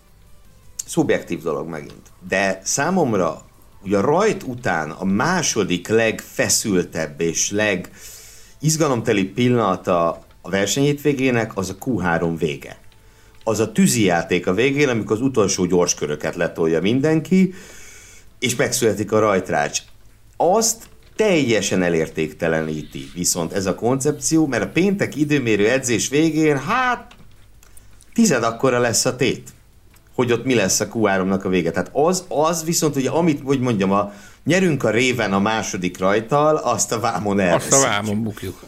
szubjektív dolog megint, de számomra ugye a rajt után a második legfeszültebb és legizgalomteli pillanata a versenyhétvégének az a kú három vége. Az a tűzijáték a végén, amikor az utolsó gyorsköröket letolja mindenki, és megszületik a rajtrács. Azt teljesen elértékteleníti viszont ez a koncepció, mert a péntek időmérő edzés végén, hát tized akkora lesz a tét. hogy ott mi lesz a kú háromnak a vége. Tehát az, az viszont, ugye, amit, hogy mondjam, a nyerünk a réven a második rajttal, azt a vámon elveszítjük. Azt a vámon bukjuk.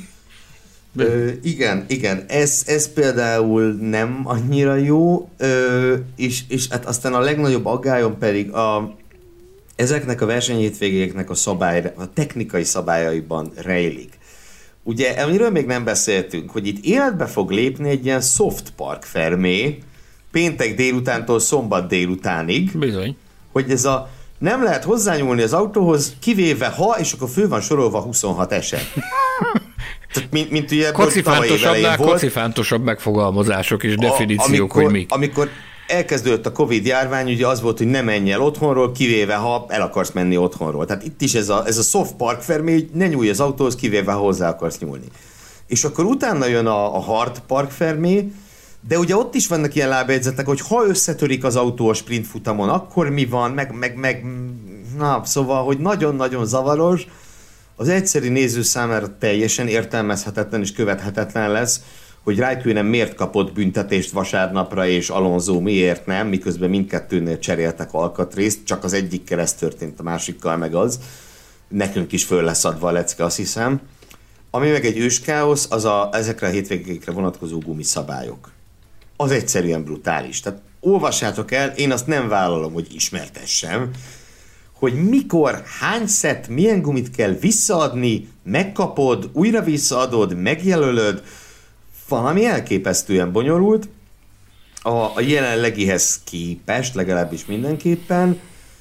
Ö, igen, igen, ez, ez például nem annyira jó, ö, és, és hát aztán a legnagyobb aggályom pedig a, ezeknek a versenyhétvégéknek a, szabály, a technikai szabályaiban rejlik. Ugye, amiről még nem beszéltünk, hogy itt életbe fog lépni egy ilyen soft park fermé, péntek délutántól szombat délutánig. Bizony. Hogy ez a nem lehet hozzányúlni az autóhoz, kivéve ha, és akkor fő van sorolva huszonhat eset. Tehát, mint, mint ugye kocifántosabbnál kocifántosabb megfogalmazások és definíciók, amikor, hogy mik. Amikor elkezdődött a Covid járvány, ugye az volt, hogy ne menj el otthonról, kivéve ha el akarsz menni otthonról. Tehát itt is ez a, ez a soft park fermé, hogy ne nyúlj az autóhoz, kivéve ha hozzá akarsz nyúlni. És akkor utána jön a, a hard park fermé, de ugye ott is vannak ilyen lábjegyzetek, hogy ha összetörik az autó a sprint futamon, akkor mi van, meg, meg, meg na, szóval, hogy nagyon-nagyon zavaros, az egyszeri néző számára teljesen értelmezhetetlen és követhetetlen lesz, hogy Raikkonen miért kapott büntetést vasárnapra, és Alonso miért nem, miközben mindkettőnél cseréltek alkatrészt, csak az egyikkel ez történt, a másikkal meg az. Nekünk is föl lesz adva a lecke, azt hiszem. Ami meg egy őskáosz, az a, ezekre a hétvégékre vonatkozó gumiszabályok. Az egyszerűen brutális. Tehát olvassátok el, én azt nem vállalom, hogy ismertessem, hogy mikor, hány szett, milyen gumit kell visszaadni, megkapod, újra visszaadod, megjelölöd, valami elképesztően bonyolult. A, a jelenlegihez képest, legalábbis mindenképpen,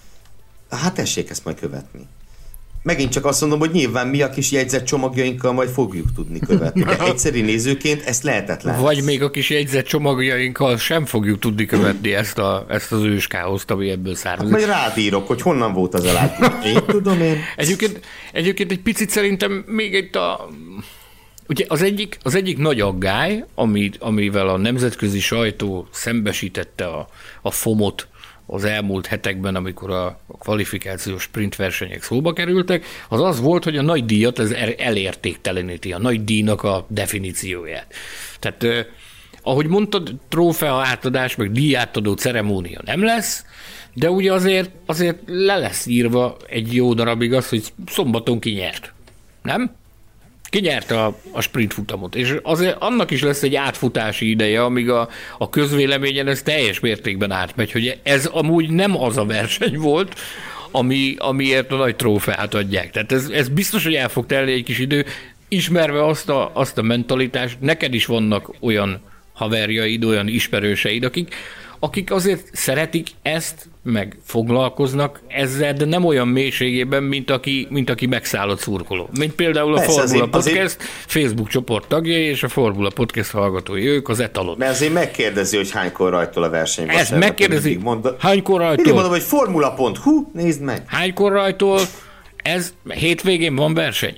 hát tessék ezt majd követni. Megint csak azt mondom, hogy nyilván mi a kis jegyzett csomagjainkkal majd fogjuk tudni követni, de egyszerű nézőként ezt lehetetlen. Vagy lesz. Még a kis jegyzett csomagjainkkal sem fogjuk tudni követni ezt, a, ezt az őskáoszt, ami ebből származik. Hát majd rádírok, hogy honnan volt az a látni. Én tudom én. Egyébként, egyébként egy picit szerintem még egy a... Ugye az egyik, az egyik nagy aggály, ami, amivel a nemzetközi sajtó szembesítette a, a fomot az elmúlt hetekben, amikor a kvalifikációs sprintversenyek szóba kerültek, az az volt, hogy a nagy díjat ez elértékteleníti, a nagy díjnak a definícióját. Tehát, eh, ahogy mondtad, trófea átadás, meg díjátadó ceremónia nem lesz, de ugye azért, azért le lesz írva egy jó darabig az, hogy szombaton ki nyert. Nem? Ki nyerte a, a sprint futamot, és azért annak is lesz egy átfutási ideje, amíg a, a közvéleményen ez teljes mértékben átmegy, hogy ez amúgy nem az a verseny volt, ami, amiért a nagy trófeát adják. Tehát ez, ez biztos, hogy el fog telni egy kis idő, ismerve azt a, azt a mentalitást, neked is vannak olyan haverjaid, olyan ismerőseid, akik, akik azért szeretik ezt, meg foglalkoznak ezzel, de nem olyan mélységében, mint aki, mint aki megszállott szurkoló. Mint például a Persze, Formula azért, Podcast azért... Facebook csoport tagjai és a Formula Podcast hallgatói, ők az etalon. Mert azért megkérdezi, hogy hánykor rajtol a versenyben. Ez megkérdezi, mond... hánykor rajtol. Mindig mondom, hogy formula pont hu, nézd meg. Hánykor rajtol, ez hétvégén van verseny.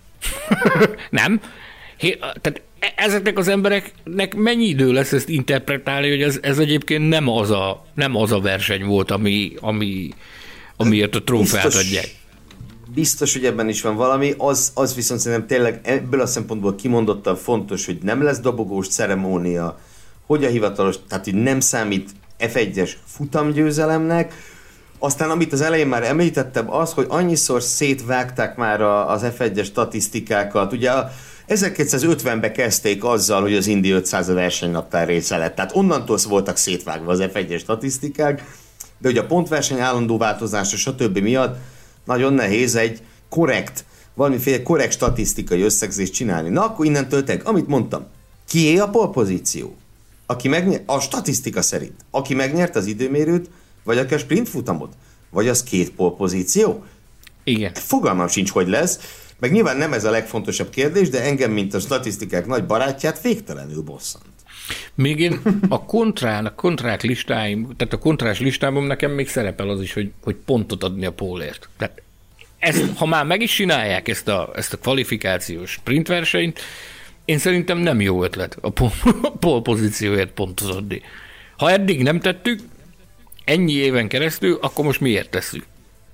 Nem? Hé, tehát ezeknek az embereknek mennyi idő lesz ezt interpretálni, hogy ez, ez egyébként nem az, a, nem az a verseny volt, ami, ami, amiért a trófeát biztos, adják. Biztos, hogy ebben is van valami, az, az viszont szerintem tényleg ebből a szempontból kimondottan fontos, hogy nem lesz dobogós ceremónia, hogy a hivatalos, tehát hogy nem számít ef egyes futamgyőzelemnek. Aztán amit az elején már említettem, az, hogy annyiszor szétvágták már az ef egyes statisztikákat, ugye a ezerkilencszázötvenben kezdték azzal, hogy az Indy ötszáz a versenynaptár része lett. Tehát onnantól voltak szétvágva az ef egyes statisztikák, de ugye a pontverseny állandó változása, stb. Miatt nagyon nehéz egy korrekt, valamiféle korrekt statisztikai összegzést csinálni. Na akkor innentől teg, amit mondtam, kié a polpozíció? Aki megnyert, a statisztika szerint, aki megnyert az időmérőt, vagy aki a sprint futamot, vagy az két polpozíció? Igen. Fogalmam sincs, hogy lesz. Meg nyilván nem ez a legfontosabb kérdés, de engem, mint a statisztikák nagy barátját, végtelenül bosszant. Még én a kontrán, a kontrák listáim, tehát a kontrás listámon nekem még szerepel az is, hogy, hogy pontot adni a pólért. Tehát ezt, ha már meg is csinálják ezt a, ezt a kvalifikációs sprintversenyt, én szerintem nem jó ötlet a pólpozícióért pontot adni. Ha eddig nem tettük, ennyi éven keresztül, akkor most miért tesszük?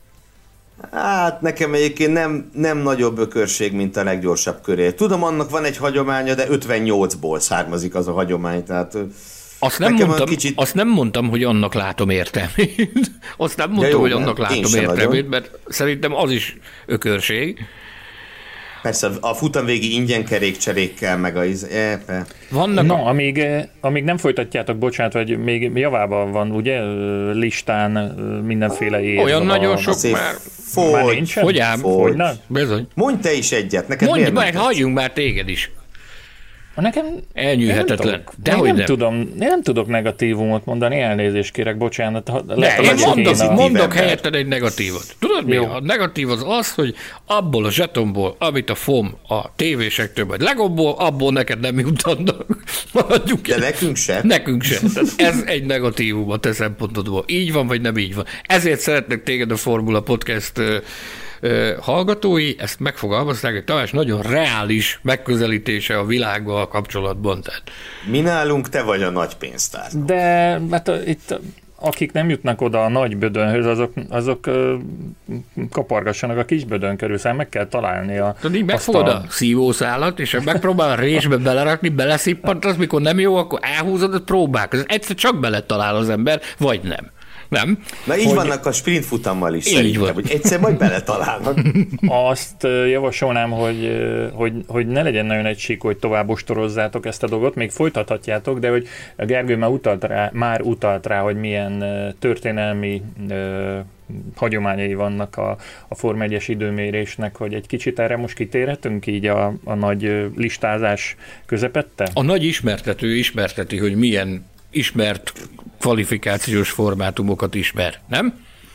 Hát nekem egyébként nem, nem nagyobb ökörség, mint a leggyorsabb köré. Tudom, annak van egy hagyománya, de ötvennyolcból származik az a hagyomány, tehát Azt nem, mondtam, kicsit... azt nem mondtam, hogy annak látom értelmét. Azt nem mondtam, jó, hogy annak látom értelmét, nagyon. Mert szerintem az is ökörség. Persze, a futamvégi ingyen kerékcserékkel, meg a... E, Vannak no, a... amíg, amíg nem folytatjátok, bocsánat, vagy még javában van, ugye, listán mindenféle év. Olyan nagyon a, sok a már... Fogy, már nincsen? Hogy ám? Fogy, Bizony. Mondj te is egyet, neked Mondj, miért meg, hagyjunk már téged is. Nekem elnyűhetetlen. Nem De hogy nem, nem. Tudom, én nem tudok negatívumot mondani, elnézést kérek, bocsánat. De én mondok, mondok helyetted egy negatívot. Tudod mi? A negatív az az, hogy abból a zsetomból, amit a F O M a tévésektől, vagy Legobból, abból neked nem jutatnak. De el. nekünk se. Nekünk se. Tehát ez egy negatívum a te szempontodból. Így van, vagy nem így van. Ezért szeretnek téged a Formula Podcast hallgatói, ezt megfogalmazták, hogy Tamás nagyon reális megközelítése a világgal kapcsolatban. Tehát. Mi nálunk te vagy a nagy pénztár. De hát itt akik nem jutnak oda a nagy bödönhöz, azok, azok uh, kapargassanak a kis bödön körül, szóval meg kell találni a... Tudod, így megfogod a... a szívószálat, és megpróbál a résbe belerakni, beleszippant, az mikor nem jó, akkor elhúzod, hogy próbálkozz. Egyszer csak bele talál az ember, vagy nem. Nem? Na így hogy... vannak a sprint futammal is szerintem, hogy egyszer majd beletalálnak. Azt javasolnám, hogy, hogy, hogy ne legyen nagyon egy sík, hogy tovább ostorozzátok ezt a dolgot, még folytathatjátok, de hogy Gergő már utalt rá, már utalt rá, hogy milyen történelmi uh, hagyományai vannak a, a Forma egyes időmérésnek, hogy egy kicsit erre most kitérhetünk így a, a nagy listázás közepette? A nagy ismertető ismerteti, hogy milyen ismert kvalifikációs formátumokat ismer, nem?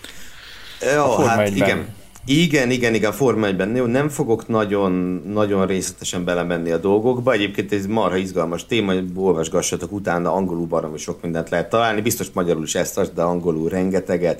Jó, hát igen. Igen, igen, igen, Forma egyben. Nem fogok nagyon, nagyon részletesen belemenni a dolgokba. Egyébként ez marha izgalmas téma, olvasgassatok utána, angolul baromi sok mindent lehet találni. Biztos magyarul is ezt, de angolul rengeteget.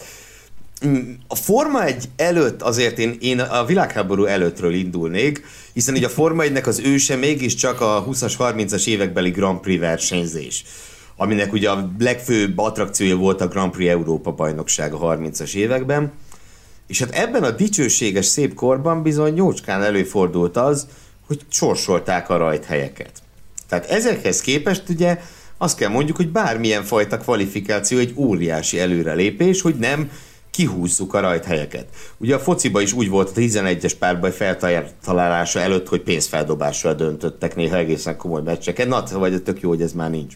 A Forma egy előtt azért én, én a világháború előttről indulnék, hiszen így a Forma egynek az őse mégiscsak a húszas, harmincas évekbeli Grand Prix versenyzés, aminek ugye a legfőbb attrakciója volt a Grand Prix Európa bajnokság a harmincas években. És hát ebben a dicsőséges szép korban bizony jócskán előfordult az, hogy sorsolták a rajthelyeket. Tehát ezekhez képest ugye azt kell mondjuk, hogy bármilyen fajta kvalifikáció egy óriási előrelépés, hogy nem kihúzzuk a rajthelyeket. Ugye a fociba is úgy volt a tizenegyes párbaj feltalálása előtt, hogy pénzfeldobással döntöttek néha egészen komoly meccseket. Na, vagy tök jó, hogy ez már nincs.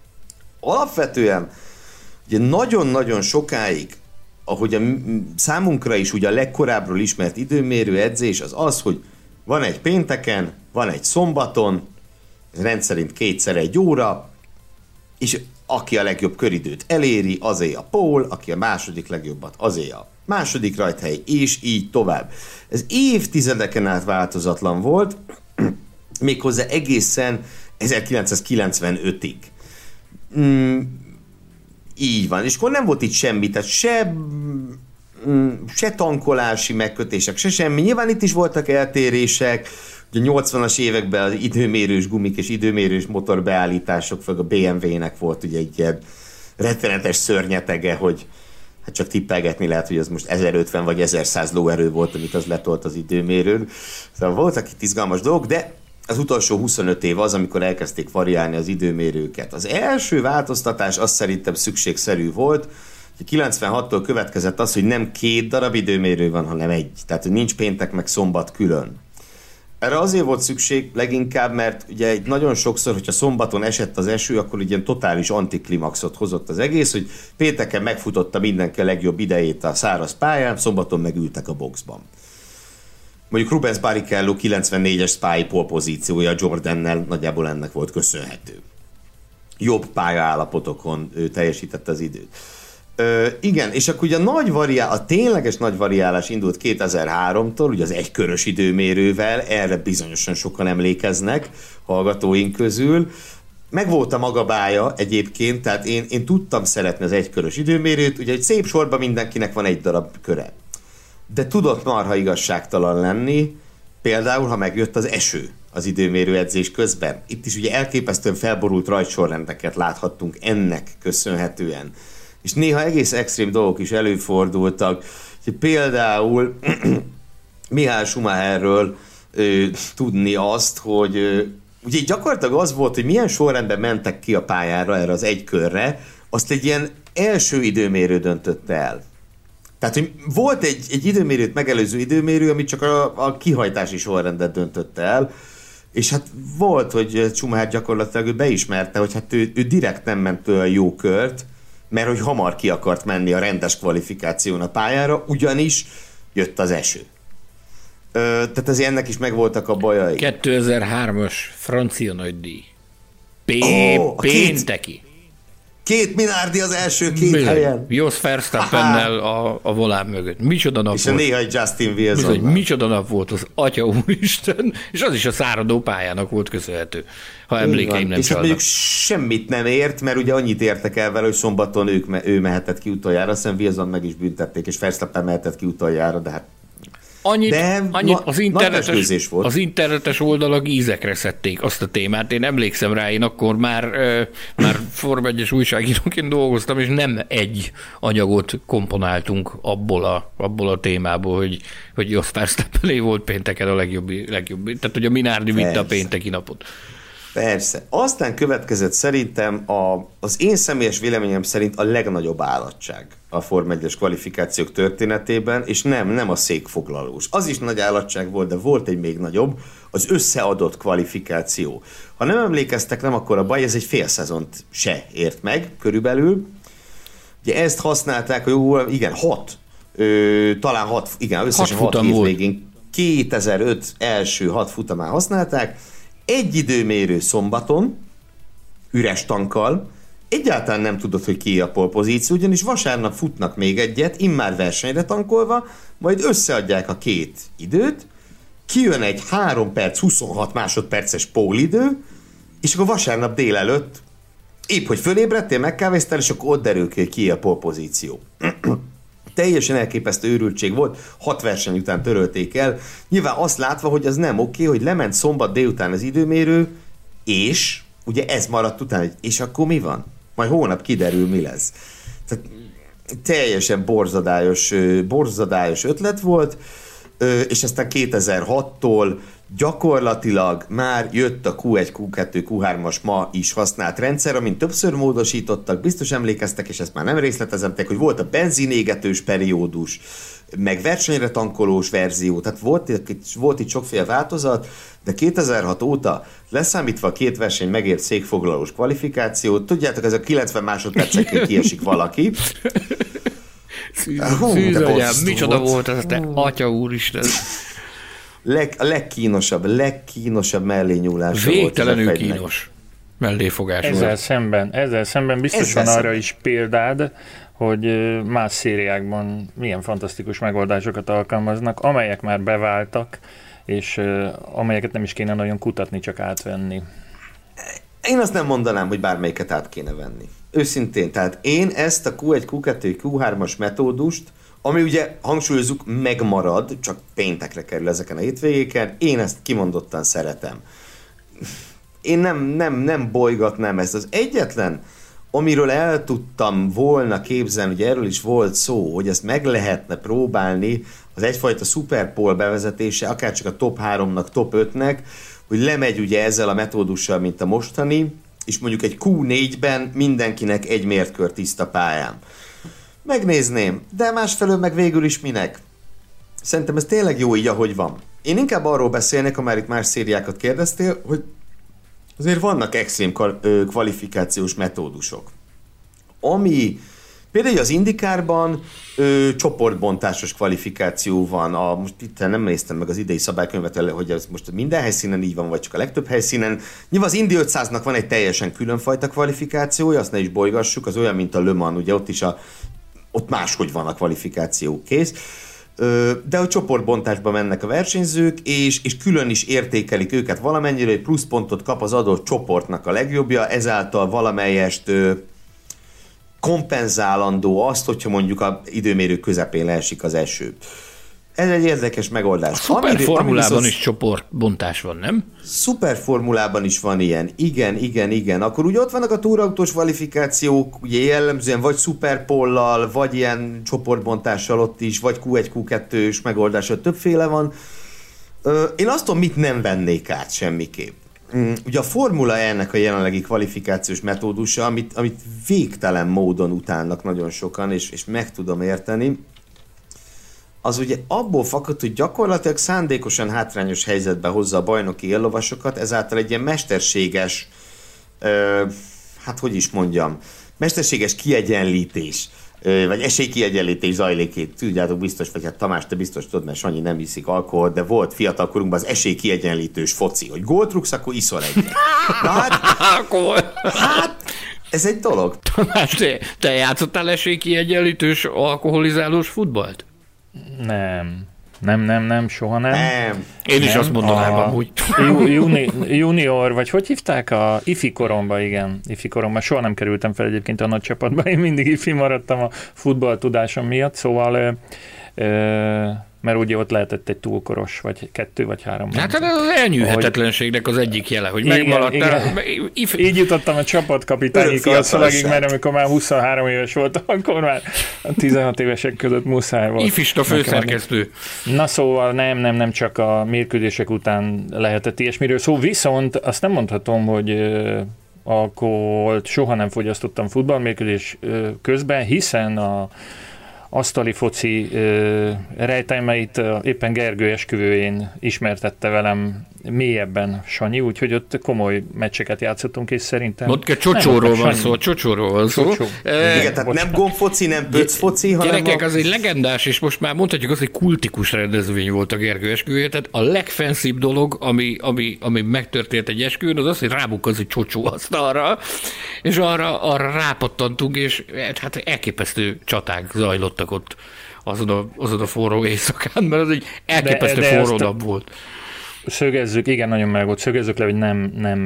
Alapvetően ugye nagyon-nagyon sokáig, ahogy a számunkra is ugye a legkorábbról ismert időmérő edzés az az, hogy van egy pénteken, van egy szombaton, rendszerint kétszer egy óra, és aki a legjobb köridőt eléri, azé a pole, aki a második legjobbat, azé a második rajthely, és így tovább. Ez évtizedeken át változatlan volt, méghozzá egészen ezerkilencszázkilencvenötig. Mm, így van, és akkor nem volt itt semmi, tehát se, mm, se tankolási megkötések, se semmi. Nyilván itt is voltak eltérések, ugye a nyolcvanas években az időmérős gumik és időmérős motorbeállítások, főleg a bé em vé-nek volt ugye egy ilyen rettenetes szörnyetege, hogy hát csak tippelgetni lehet, hogy az most ezerötven vagy ezerszáz lóerő volt, amit az letolt az időmérőn. Szóval voltak itt izgalmas dolgok, de az utolsó huszonöt év az, amikor elkezdték variálni az időmérőket. Az első változtatás az szerintem szükségszerű volt, hogy kilencvenhattól következett az, hogy nem két darab időmérő van, hanem egy. Tehát, hogy nincs péntek meg szombat külön. Erre azért volt szükség leginkább, mert ugye egy nagyon sokszor, hogyha szombaton esett az eső, akkor ugye totális antiklimaxot hozott az egész, hogy pénteken megfutotta mindenki a legjobb idejét a száraz pályán, szombaton megültek a boxban. Mondjuk Rubens Barrichello kilencvennégyes spy polpozíciója Jordannel nagyjából ennek volt köszönhető. Jobb pályaállapotokon ő teljesítette az időt. Ö, igen, és akkor ugye a nagy variál, a tényleges nagy variálás indult kétezer-háromtól, ugye az egykörös időmérővel, erre bizonyosan sokan emlékeznek hallgatóink közül. Megvolt a maga bája egyébként, tehát én, én tudtam szeretni az egykörös időmérőt, ugye egy szép sorban mindenkinek van egy darab köre. De tudott marha igazságtalan lenni, például, ha megjött az eső az időmérő edzés közben. Itt is ugye elképesztően felborult rajtsorrendeket láthattunk ennek köszönhetően. És néha egész extrém dolgok is előfordultak. Például Michael Schumacherről ö, tudni azt, hogy ö, ugye gyakorlatilag az volt, hogy milyen sorrendben mentek ki a pályára erre az egy körre, azt egy ilyen első időmérő döntötte el. Tehát, hogy volt egy, egy időmérőt megelőző időmérő, ami csak a, a kihajtási sorrendet döntötte el, és hát volt, hogy Schumacher gyakorlatilag ő beismerte, hogy hát ő, ő direkt nem ment olyan jó kört, mert hogy hamar ki akart menni a rendes kvalifikáción a pályára, ugyanis jött az eső. Ö, tehát azért ennek is megvoltak a bajai. kétezer-hármas francia nagydíj. P- oh, pénteki. Két, két Minardi az első két Bizony. helyen. Jos Verstappennel a, a volán mögött. Micsoda nap és volt. És a néha Justin Wilson. Bizony, micsoda nap volt az Atya Úristen, és az is a száradó pályának volt köszönhető, ha emlékeim nem és csalnak. És mondjuk semmit nem ért, mert ugye annyit értek el vele, hogy szombaton ők, ő mehetett ki utoljára, aztán Wilson meg is büntették, és Verstappen mehetett ki utoljára, de hát Annyit, De annyit az, internetes, volt. az internetes oldalak ízekre szedték azt a témát. Én emlékszem rá, én akkor már, e, már Forma egyes újságíróként dolgoztam, és nem egy anyagot komponáltunk abból a, abból a témából, hogy, hogy Jos Verstappené volt pénteken a legjobb, legjobb. Tehát, hogy a Minardi vitte a pénteki napot. Persze. Aztán következett szerintem a, az én személyes véleményem szerint a legnagyobb állatság a Forma egyes kvalifikációk történetében, és nem, nem a székfoglalós. Az is nagy állatság volt, de volt egy még nagyobb, az összeadott kvalifikáció. Ha nem emlékeztek, nem akkor a baj, ez egy fél szezont se ért meg, körülbelül. Ugye ezt használták, hogy jó, igen, hat, ö, talán hat, igen, összesen hat, hat hétvégén, kétezer-öt első hat futamán használták, egy időmérő szombaton, üres tankkal, egyáltalán nem tudod, hogy ki a pole pozíció, ugyanis vasárnap futnak még egyet, immár versenyre tankolva, majd összeadják a két időt, kijön egy három perc, huszonhat másodperces pólidő, és akkor vasárnap délelőtt épp, hogy fölébredtél, megkávéztál, és akkor ott derül ki, ki a pole pozíció. Teljesen elképesztő őrültség volt, hat verseny után törölték el. Nyilván azt látva, hogy az nem oké, hogy lement szombat délután az időmérő, és ugye ez maradt utána, és akkor mi van? Majd hónap kiderül, mi lesz. Tehát teljesen borzadályos, borzadályos ötlet volt, és aztán kétezer-hattól gyakorlatilag már jött a kú egy, kú kettő, kú hármas ma is használt rendszer, amint többször módosítottak, biztos emlékeztek, és ezt már nem részletezemtek, hogy volt a benzinégetős periódus, meg versenyre tankolós verzió, tehát volt, volt itt sokféle változat, de kétezer-hat óta leszámítva a két verseny megért székfoglalós kvalifikációt, tudjátok, ez a kilencven másodpercekkel kiesik valaki. Szűzanyám, micsoda volt ez, te Atya Úristen. Leg, a legkínosabb, legkínosabb mellényúlás. Végtelenül kínos melléfogás. Ezzel szemben, ezzel szemben biztos ezzel van szemben. Arra is példád, hogy más szériákban milyen fantasztikus megoldásokat alkalmaznak, amelyek már beváltak, és amelyeket nem is kéne nagyon kutatni, csak átvenni. Én azt nem mondanám, hogy bármelyiket át kéne venni. Őszintén, tehát én ezt a kú egy, kú kettő, kú hármas metódust, ami ugye, hangsúlyozzuk, megmarad, csak péntekre kerül ezeken a hétvégéken, én ezt kimondottan szeretem. Én nem, nem, nem bolygatnám ezt. Az egyetlen, amiről el tudtam volna képzelni, ugye erről is volt szó, hogy ezt meg lehetne próbálni, az egyfajta szuperpole bevezetése, akár csak a top háromnak, top ötnek, hogy lemegy ugye ezzel a metódussal, mint a mostani, és mondjuk egy kú négyben mindenkinek egy mértkör tiszta pályán. Megnézném, de másfelől meg végül is minek? Szerintem ez tényleg jó így, ahogy van. Én inkább arról beszélnek, ha már itt más szériákat kérdeztél, hogy azért vannak extrém kvalifikációs metódusok. Ami például az IndyCarban ö, csoportbontásos kvalifikáció van. A, most itt nem néztem meg az idei szabálykönyvet, hogy ez most minden helyszínen így van, vagy csak a legtöbb helyszínen. Nyilván az Indy ötszáznak van egy teljesen különfajta kvalifikációja, azt ne is bolygassuk, az olyan, mint a Le Mans, ugye ott is a, ott máshogy van a kvalifikáció kész. Ö, de a csoportbontásba mennek a versenyzők, és, és külön is értékelik őket valamennyire, hogy pluszpontot kap az adott csoportnak a legjobbja, ezáltal valamelyest ö, kompenzálandó azt, hogyha mondjuk az időmérő közepén leesik az eső. Ez egy érdekes megoldás. A szuperformulában is csoportbontás van, nem? Szuperformulában is van ilyen. Igen, igen, igen. Akkor ugye ott vannak a túrautós kvalifikációk, ugye jellemzően vagy szuperpollal, vagy ilyen csoportbontással ott is, vagy kú egy, kú kettős megoldással többféle van. Én azt tudom, mit nem vennék át semmiképp. Ugye a Formula E-nek a jelenlegi kvalifikációs metódusa, amit, amit végtelen módon utálnak nagyon sokan, és, és meg tudom érteni, az ugye abból fakad, hogy gyakorlatilag szándékosan hátrányos helyzetbe hozza a bajnoki éllovasokat, ezáltal egy ilyen mesterséges, ö, hát hogy is mondjam, mesterséges kiegyenlítés, ö, vagy esélykiegyenlítés zajlik itt. Tudjátok biztos, vagy hát Tamás, te biztos tudod, mert Sanyi nem iszik alkoholt, de volt fiatalkorunkban az esélykiegyenlítős foci, hogy gólt rúgsz, akkor iszol egyet. Na hát, hát, ez egy dolog. Tamás, te, te játszottál esélykiegyenlítős alkoholizálós futballt? Nem. Nem, nem, nem, soha nem. Nem. Én is nem. azt mondanám a amúgy. Juni, junior, vagy hogy hívták? A ifi koromban, igen. Ifi koromban. Soha nem kerültem fel egyébként a nagy csapatba. Én mindig ifi maradtam a futballtudásom miatt, szóval ö, ö, mert ugye ott lehetett egy túlkoros, vagy kettő, vagy három. Hát ez az elnyűhetetlenségnek az egyik jele, hogy megmaradtál. If... Így jutottam a csapatkapitányi karszalagig, mert amikor már huszonhárom éves voltam, akkor már a tizenhat évesek között muszáj volt. Ifista főszerkesztő. Na szóval nem, nem, nem csak a mérkőzések után lehetett ilyesmiről szó, viszont azt nem mondhatom, hogy alkoholt soha nem fogyasztottam futballmérkőzés közben, hiszen a asztali foci ö, rejtelmeit ö, éppen Gergő esküvőjén ismertette velem mélyebben Sanyi, úgyhogy ott komoly meccseket játszottunk, és szerintem... Mondd kell, csocsóról van szó, csocsóról van szó. Csocsó. E, Igen, tehát nem gombfoci, nem pöcfoci, hanem... Gyerekek, a... az egy legendás, és most már mondhatjuk, az egy kultikus rendezvény volt a Gergő esküvője, tehát a legfenszibb dolog, ami, ami, ami megtörtént egy esküvőn, az az, hogy rábukkasz egy csocsó asztalra, és arra, arra rápattantunk, és hát elképesztő csaták zajlottak ott azon a, azon a forró éjszakán, mert az egy elképesztő de, de forró nap volt. Szögezzük, igen, nagyon melegott, szögezzük le, hogy nem, nem,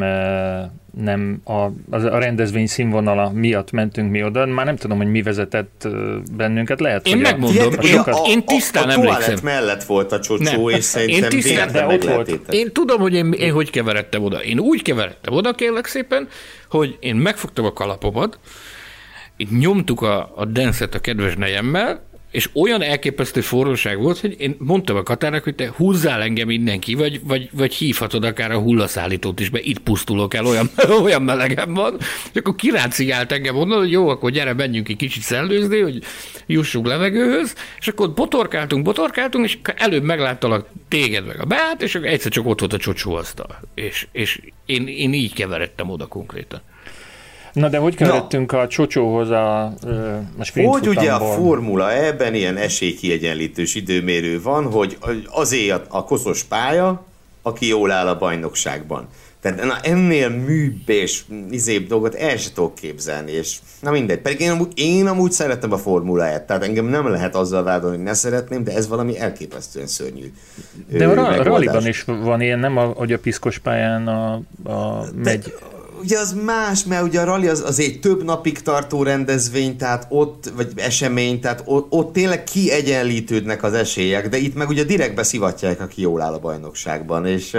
nem a, a rendezvény színvonala miatt mentünk mi oda, már nem tudom, hogy mi vezetett bennünket, lehet, én hogy megmondom, a, én, sokat... a, én tisztán a, a emlékszem. A mellett volt a csocsó, nem. És szerintem én tisztán, de ott volt. Én tudom, hogy én, én hogy keveredtem oda. Én úgy keveredtem oda, kérlek szépen, hogy én megfogtam a kalapomat, itt nyomtuk a, a denszet a kedves nejemmel, és olyan elképesztő forróság volt, hogy én mondtam a Katának, hogy te húzzál engem innen ki, vagy, vagy, vagy hívhatod akár a hullaszállítót is, mert itt pusztulok el, olyan, olyan melegem van, és akkor kirácigált engem onnan, hogy jó, akkor gyere, menjünk egy kicsit szellőzni, hogy jussunk levegőhöz, és akkor botorkáltunk, botorkáltunk, és előbb megláttalak téged meg a Beát, és akkor egyszer csak ott volt a csocsóasztal. És, és én, én így keveredtem oda konkrétan. Na de hogy keveredtünk a csocsóhoz a, a sprint Hogy futamból? Ugye a Formula E-ben ilyen esélykiegyenlítős időmérő van, hogy azért a, a koszos pálya, aki jól áll a bajnokságban. Tehát na, ennél műbb és izébb dolgot el sem tudok képzelni, és na mindegy. Pedig én amúgy, én amúgy szeretem a Formula E-t, tehát engem nem lehet azzal vádolni, hogy ne szeretném, de ez valami elképesztően szörnyű. De a ralliban is van ilyen, nem a, hogy a piszkos pályán a, a megy... De, ugye az más, mert ugye a rally az, az egy több napig tartó rendezvény, tehát ott, vagy esemény, tehát ott, ott tényleg kiegyenlítődnek az esélyek, de itt meg ugye direktbe szivatják, aki jól áll a bajnokságban, és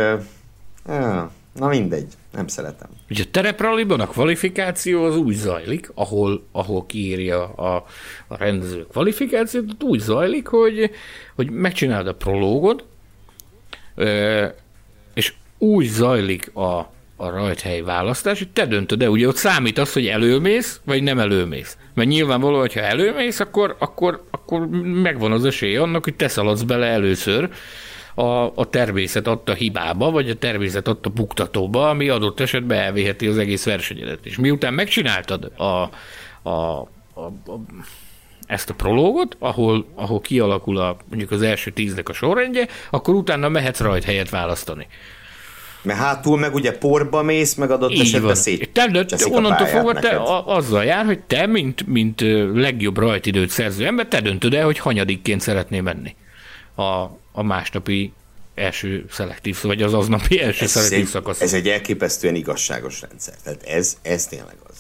uh, na mindegy, nem szeretem. Ugye a terepralliban a kvalifikáció az úgy zajlik, ahol, ahol kiírja a, a rendező kvalifikációt, úgy zajlik, hogy, hogy megcsinálod a prológot, és úgy zajlik a a rajthely választás, hogy te döntöd, de ugye ott számít az, hogy előmész, vagy nem előmész. Mert nyilvánvaló, hogyha előmész, akkor, akkor, akkor megvan az esély annak, hogy te szaladsz bele először a, a természet adta hibába, vagy a természet adta buktatóba, ami adott esetben elvéheti az egész versenyedet. És miután megcsináltad a, a, a, a, ezt a prológot, ahol, ahol kialakul a, mondjuk az első tíznek a sorrendje, akkor utána mehetsz rajthelyet választani. Mert hátul meg ugye porba mész, meg adott így esetben szét. Te, onnantól fogva te azzal jár, hogy te, mint, mint legjobb rajtidőt szerző ember, te döntöd el, hogy hanyadikként szeretnél menni a, a másnapi első szelektív, vagy az aznapi első ez szelektív egy, szakasz. Ez egy elképesztően igazságos rendszer. Tehát ez, ez tényleg az.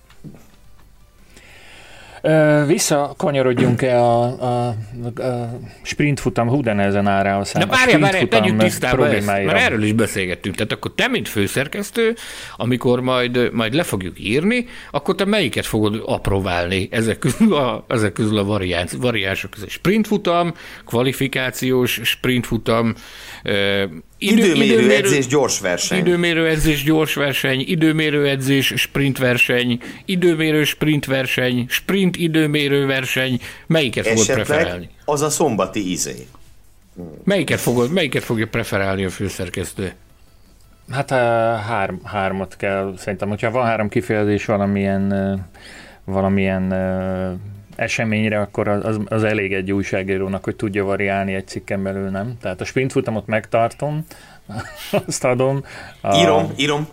Visszakanyarodjunk-e a, a, a sprintfutam, hú, de nehezen áll rá a szám. De várjál, várjál, tegyük tisztába ezt, mert erről is beszélgettünk. Tehát akkor te, mint főszerkesztő, amikor majd, majd le fogjuk írni, akkor te melyiket fogod apróválni ezek közül a, ezek közül a variáns, variánsok között? Sprintfutam, kvalifikációs sprintfutam, Idő, időmérő, időmérő edzés, gyors verseny. Időmérő edzés, gyors verseny, időmérő edzés, sprint verseny, időmérő sprint verseny, sprint időmérő verseny. Melyiket fogod esetleg preferálni? Az a szombati izé. Melyiket, fogod, melyiket fogja preferálni a főszerkesztő? Hát három, hármat kell szerintem. Hogyha van három kifejezés valamilyen, valamilyen eseményre, akkor az, az elég egy újságírónak, hogy tudja variálni egy cikken belül, nem? Tehát a sprintfutamot megtartom, azt adom. A, írom, írom.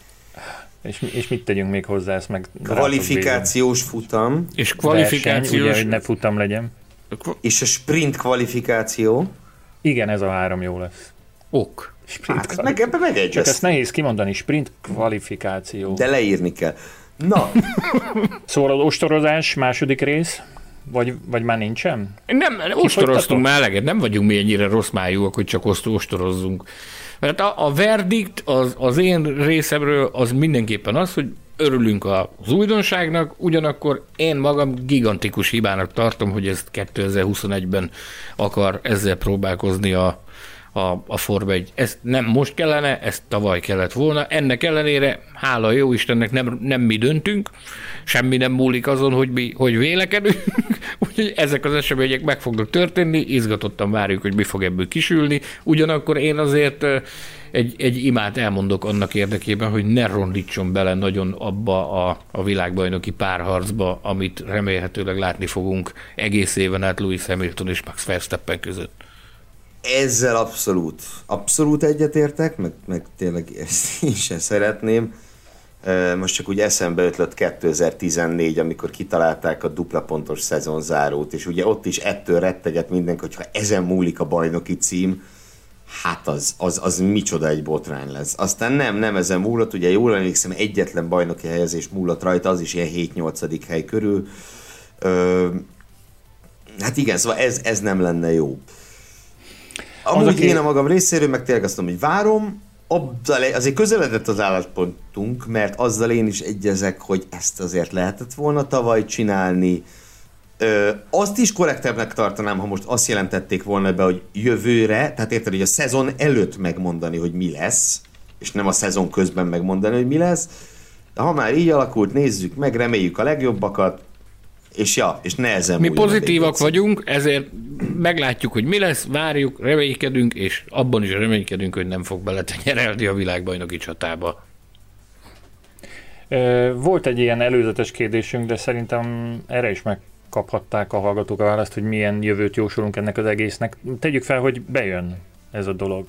És, és mit tegyünk még hozzá, ezt meg... Kvalifikációs futam. És kvalifikációs... Verseny, ugye, hogy ne futam legyen. És a sprint kvalifikáció. Igen, ez a három jó lesz. Ok. Sprint hát, meg ebbe megegyez. Csak ezt nehéz kimondani, sprint kvalifikáció. De leírni kell. Na. Szóval az ostorozás második rész, vagy, vagy már nincsen? Nem, ostoroztunk már eleget, nem vagyunk mi ennyire rossz májúak, hogy csak ostorozzunk. Mert a, a verdikt az, az én részemről az mindenképpen az, hogy örülünk az újdonságnak, ugyanakkor én magam gigantikus hibának tartom, hogy ezt kétezer-huszonegyben akar ezzel próbálkozni a a, a Forma egy. Ezt nem most kellene, ezt tavaly kellett volna. Ennek ellenére, hála jó Istennek nem, nem mi döntünk, semmi nem múlik azon, hogy mi hogy vélekedünk, úgyhogy ezek az események meg fognak történni, izgatottan várjuk, hogy mi fog ebből kisülni. Ugyanakkor én azért egy, egy imát elmondok annak érdekében, hogy ne rondítson bele nagyon abba a, a világbajnoki párharcba, amit remélhetőleg látni fogunk egész éven át Lewis Hamilton és Max Verstappen között. Ezzel abszolút, abszolút egyetértek, meg, meg tényleg ezt én sem szeretném. Most csak úgy eszembe ötlött kétezer-tizennégy, amikor kitalálták a dupla pontos szezonzárót, és ugye ott is ettől retteget mindenki, hogyha ezen múlik a bajnoki cím, hát az, az, az micsoda egy botrány lesz. Aztán nem, nem ezen múlott, ugye jól emlékszem, egyetlen bajnoki helyezés múlott rajta, az is ilyen hét-nyolcadik hely körül. Ö, hát igen, szóval ez, ez nem lenne jó. Amúgy az, aki... én a magam részéről meg tényleg azt mondom, hogy várom, azért közeledett az álláspontunk, mert azzal én is egyezek, hogy ezt azért lehetett volna tavaly csinálni. Ö, azt is korrektebbnek tartanám, ha most azt jelentették volna be, hogy jövőre, tehát érted, hogy a szezon előtt megmondani, hogy mi lesz, és nem a szezon közben megmondani, hogy mi lesz. De ha már így alakult, nézzük meg, reméljük a legjobbakat, és ja, és nehezen mi pozitívak vagyunk, ezért meglátjuk, hogy mi lesz, várjuk, reménykedünk, és abban is reménykedünk, hogy nem fog beletenyerelni a világbajnoki csatába. Volt egy ilyen előzetes kérdésünk, de szerintem erre is megkaphatták a hallgatók a választ, hogy milyen jövőt jósolunk ennek az egésznek. Tegyük fel, hogy bejön ez a dolog.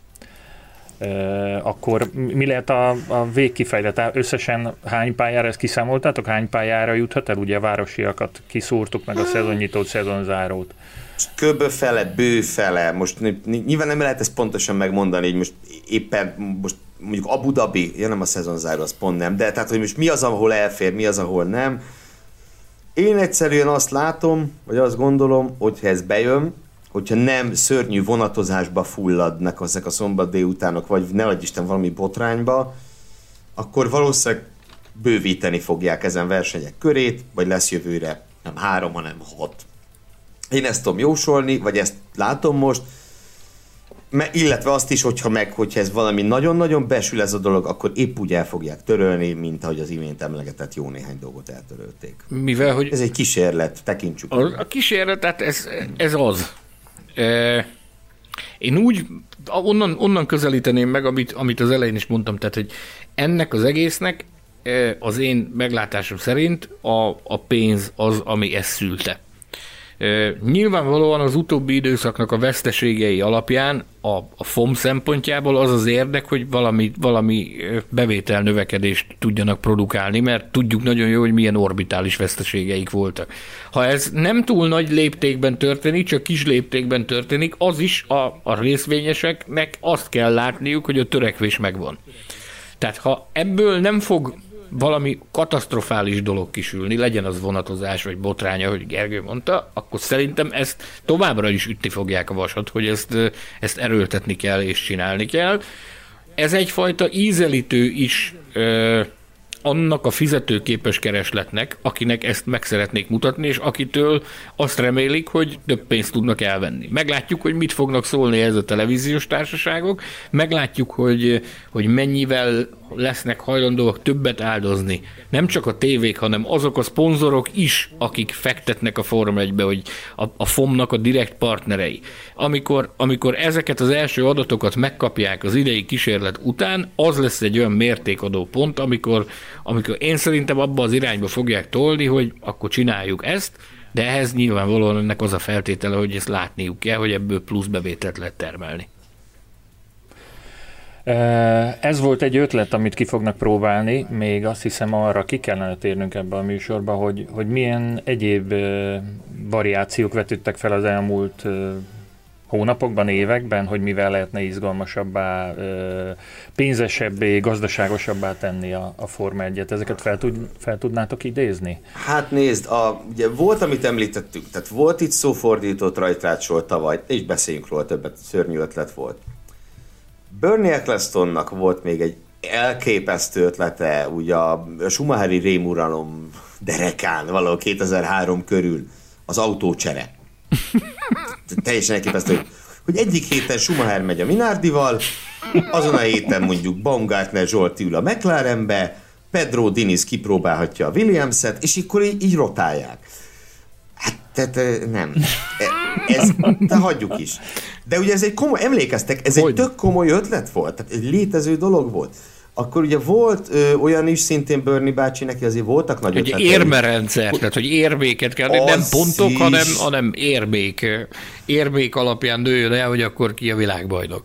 Uh, akkor mi lehet a, a végkifejlet? Összesen hány pályára, ezt kiszámoltátok? Hány pályára juthat el? Ugye a városiakat kiszúrtuk, meg a szezonnyitót, szezonzárót. Köbö fele, bő fele. Most nyilván nem lehet ezt pontosan megmondani, hogy most éppen most mondjuk Abu Dhabi, ja nem a szezonzáró, az pont nem, de tehát, hogy most mi az, ahol elfér, mi az, ahol nem. Én egyszerűen azt látom, vagy azt gondolom, hogyha ez bejön, hogyha nem szörnyű vonatozásba fulladnak ezek a szombat délutánok, vagy ne adj Isten valami botrányba, akkor valószínűleg bővíteni fogják ezen versenyek körét, vagy lesz jövőre nem három, hanem hat. Én ezt tudom jósolni, vagy ezt látom most, illetve azt is, hogyha meg, hogyha ez valami nagyon-nagyon besül ez a dolog, akkor épp úgy el fogják törölni, mint ahogy az imént emlegetett jó néhány dolgot eltörölték. Mivel, hogy... Ez egy kísérlet, tekintsük. A, a kísérlet, tehát ez, ez az. Én úgy onnan, onnan közelíteném meg, amit, amit az elején is mondtam, tehát, hogy ennek az egésznek az én meglátásom szerint a, a pénz az, ami ezt szülte. Nyilvánvalóan az utóbbi időszaknak a veszteségei alapján a, a ef o em szempontjából az az érdek, hogy valami, valami bevétel növekedést tudjanak produkálni, mert tudjuk nagyon jó, hogy milyen orbitális veszteségeik voltak. Ha ez nem túl nagy léptékben történik, csak kis léptékben történik, az is a, a részvényeseknek azt kell látniuk, hogy a törekvés megvan. Tehát ha ebből nem fog valami katasztrofális dolog kisülni, legyen az vonatozás vagy botránya, hogy Gergő mondta, akkor szerintem ezt továbbra is ütni fogják a vasat, hogy ezt, ezt erőltetni kell és csinálni kell. Ez egyfajta ízelítő is ö, annak a fizetőképes keresletnek, akinek ezt meg szeretnék mutatni, és akitől azt remélik, hogy több pénzt tudnak elvenni. Meglátjuk, hogy mit fognak szólni ez a televíziós társaságok, meglátjuk, hogy, hogy mennyivel lesznek hajlandóak többet áldozni. Nem csak a tévék, hanem azok a szponzorok is, akik fektetnek a Forma egybe, hogy a, a ef o em-nak a direkt partnerei. Amikor, amikor ezeket az első adatokat megkapják az idei kísérlet után, az lesz egy olyan mértékadó pont, amikor, amikor én szerintem abba az irányba fogják tolni, hogy akkor csináljuk ezt, de ehhez nyilvánvalóan ennek az a feltétele, hogy ezt látniuk kell, hogy ebből plusz bevételt lehet termelni. Ez volt egy ötlet, amit ki fognak próbálni, még azt hiszem arra ki kellene térnünk ebbe a műsorba, hogy, hogy milyen egyéb variációk vetődtek fel az elmúlt hónapokban, években, hogy mivel lehetne izgalmasabbá, pénzesebbé, gazdaságosabbá tenni a, a Forma egyet. Ezeket fel, tud, fel tudnátok idézni? Hát nézd, a, ugye volt, amit említettünk, tehát volt itt szófordított rajtrácsról tavaly, és beszéljünk róla többet, szörnyű ötlet volt. Bernie Ecclestonnak volt még egy elképesztő ötlete, ugye a Schumacheri rémuralom derekán, valahol kétezer-három körül, az autócsere. Teljesen elképesztő, hogy, hogy egyik héten Schumacher megy a Minardival, azon a héten mondjuk Baumgartner Zsolti ül a McLarenbe, Pedro Diniz kipróbálhatja a Williamset, és akkor így, így rotálják. Hát, tehát nem. Ez, de hagyjuk is. De ugye ez egy komoly, emlékeztek, ez egy tök komoly ötlet volt, tehát egy létező dolog volt. Akkor ugye volt ö, olyan is, szintén Bernie bácsi, neki azért voltak nagy ötletei. Egy érmerendszer, tehát hogy érméket kell, nem pontok, hanem, hanem érmék. Érmék alapján nőjön el, hogy akkor ki a világbajnok.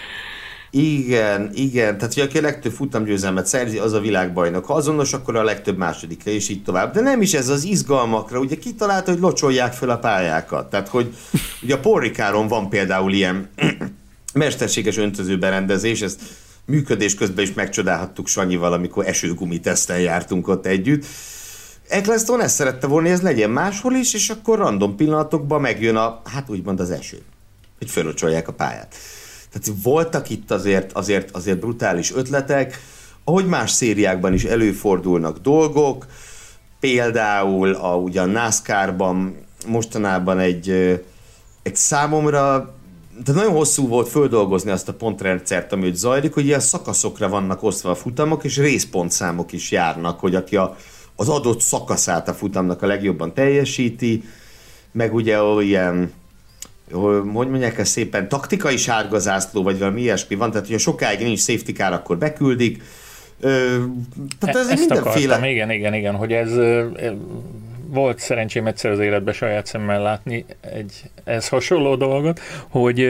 Igen, igen, tehát hogy aki a legtöbb futamgyőzelmet szerzi, az a világbajnok. Ha azonos, akkor a legtöbb másodikra, és így tovább. De nem is ez az izgalmakra, ugye kitalálta, hogy locsolják fel a pályákat. Tehát, hogy ugye a Paul Ricardon van például ilyen mesterséges öntözőberendezés, ezt működés közben is megcsodálhattuk Sanyival, amikor esőgumi teszten jártunk ott együtt. Eccleston ezt szerette volna, hogy ez legyen máshol is, és akkor random pillanatokban megjön a, hát úgymond az eső, hogy fölocsolják a pályát. Tehát voltak itt azért, azért, azért brutális ötletek, ahogy más szériákban is előfordulnak dolgok, például a, ugye a NASCAR-ban mostanában egy, egy számomra, de nagyon hosszú volt földolgozni azt a pontrendszert, ami ott zajlik, hogy ilyen szakaszokra vannak osztva a futamok, és részpontszámok is járnak, hogy aki a, az adott szakaszát a futamnak a legjobban teljesíti, meg ugye ilyen, hogy mondják ezt szépen, taktikai sárga zászló, vagy valami ilyesmi van, tehát hogyha sokáig nincs safety car, akkor beküldik. Ö, tehát ez Ezt mindenféle... akartam, igen, igen, igen, hogy ez volt szerencsém egyszer az életben saját szemmel látni egy ez hasonló dolgot, hogy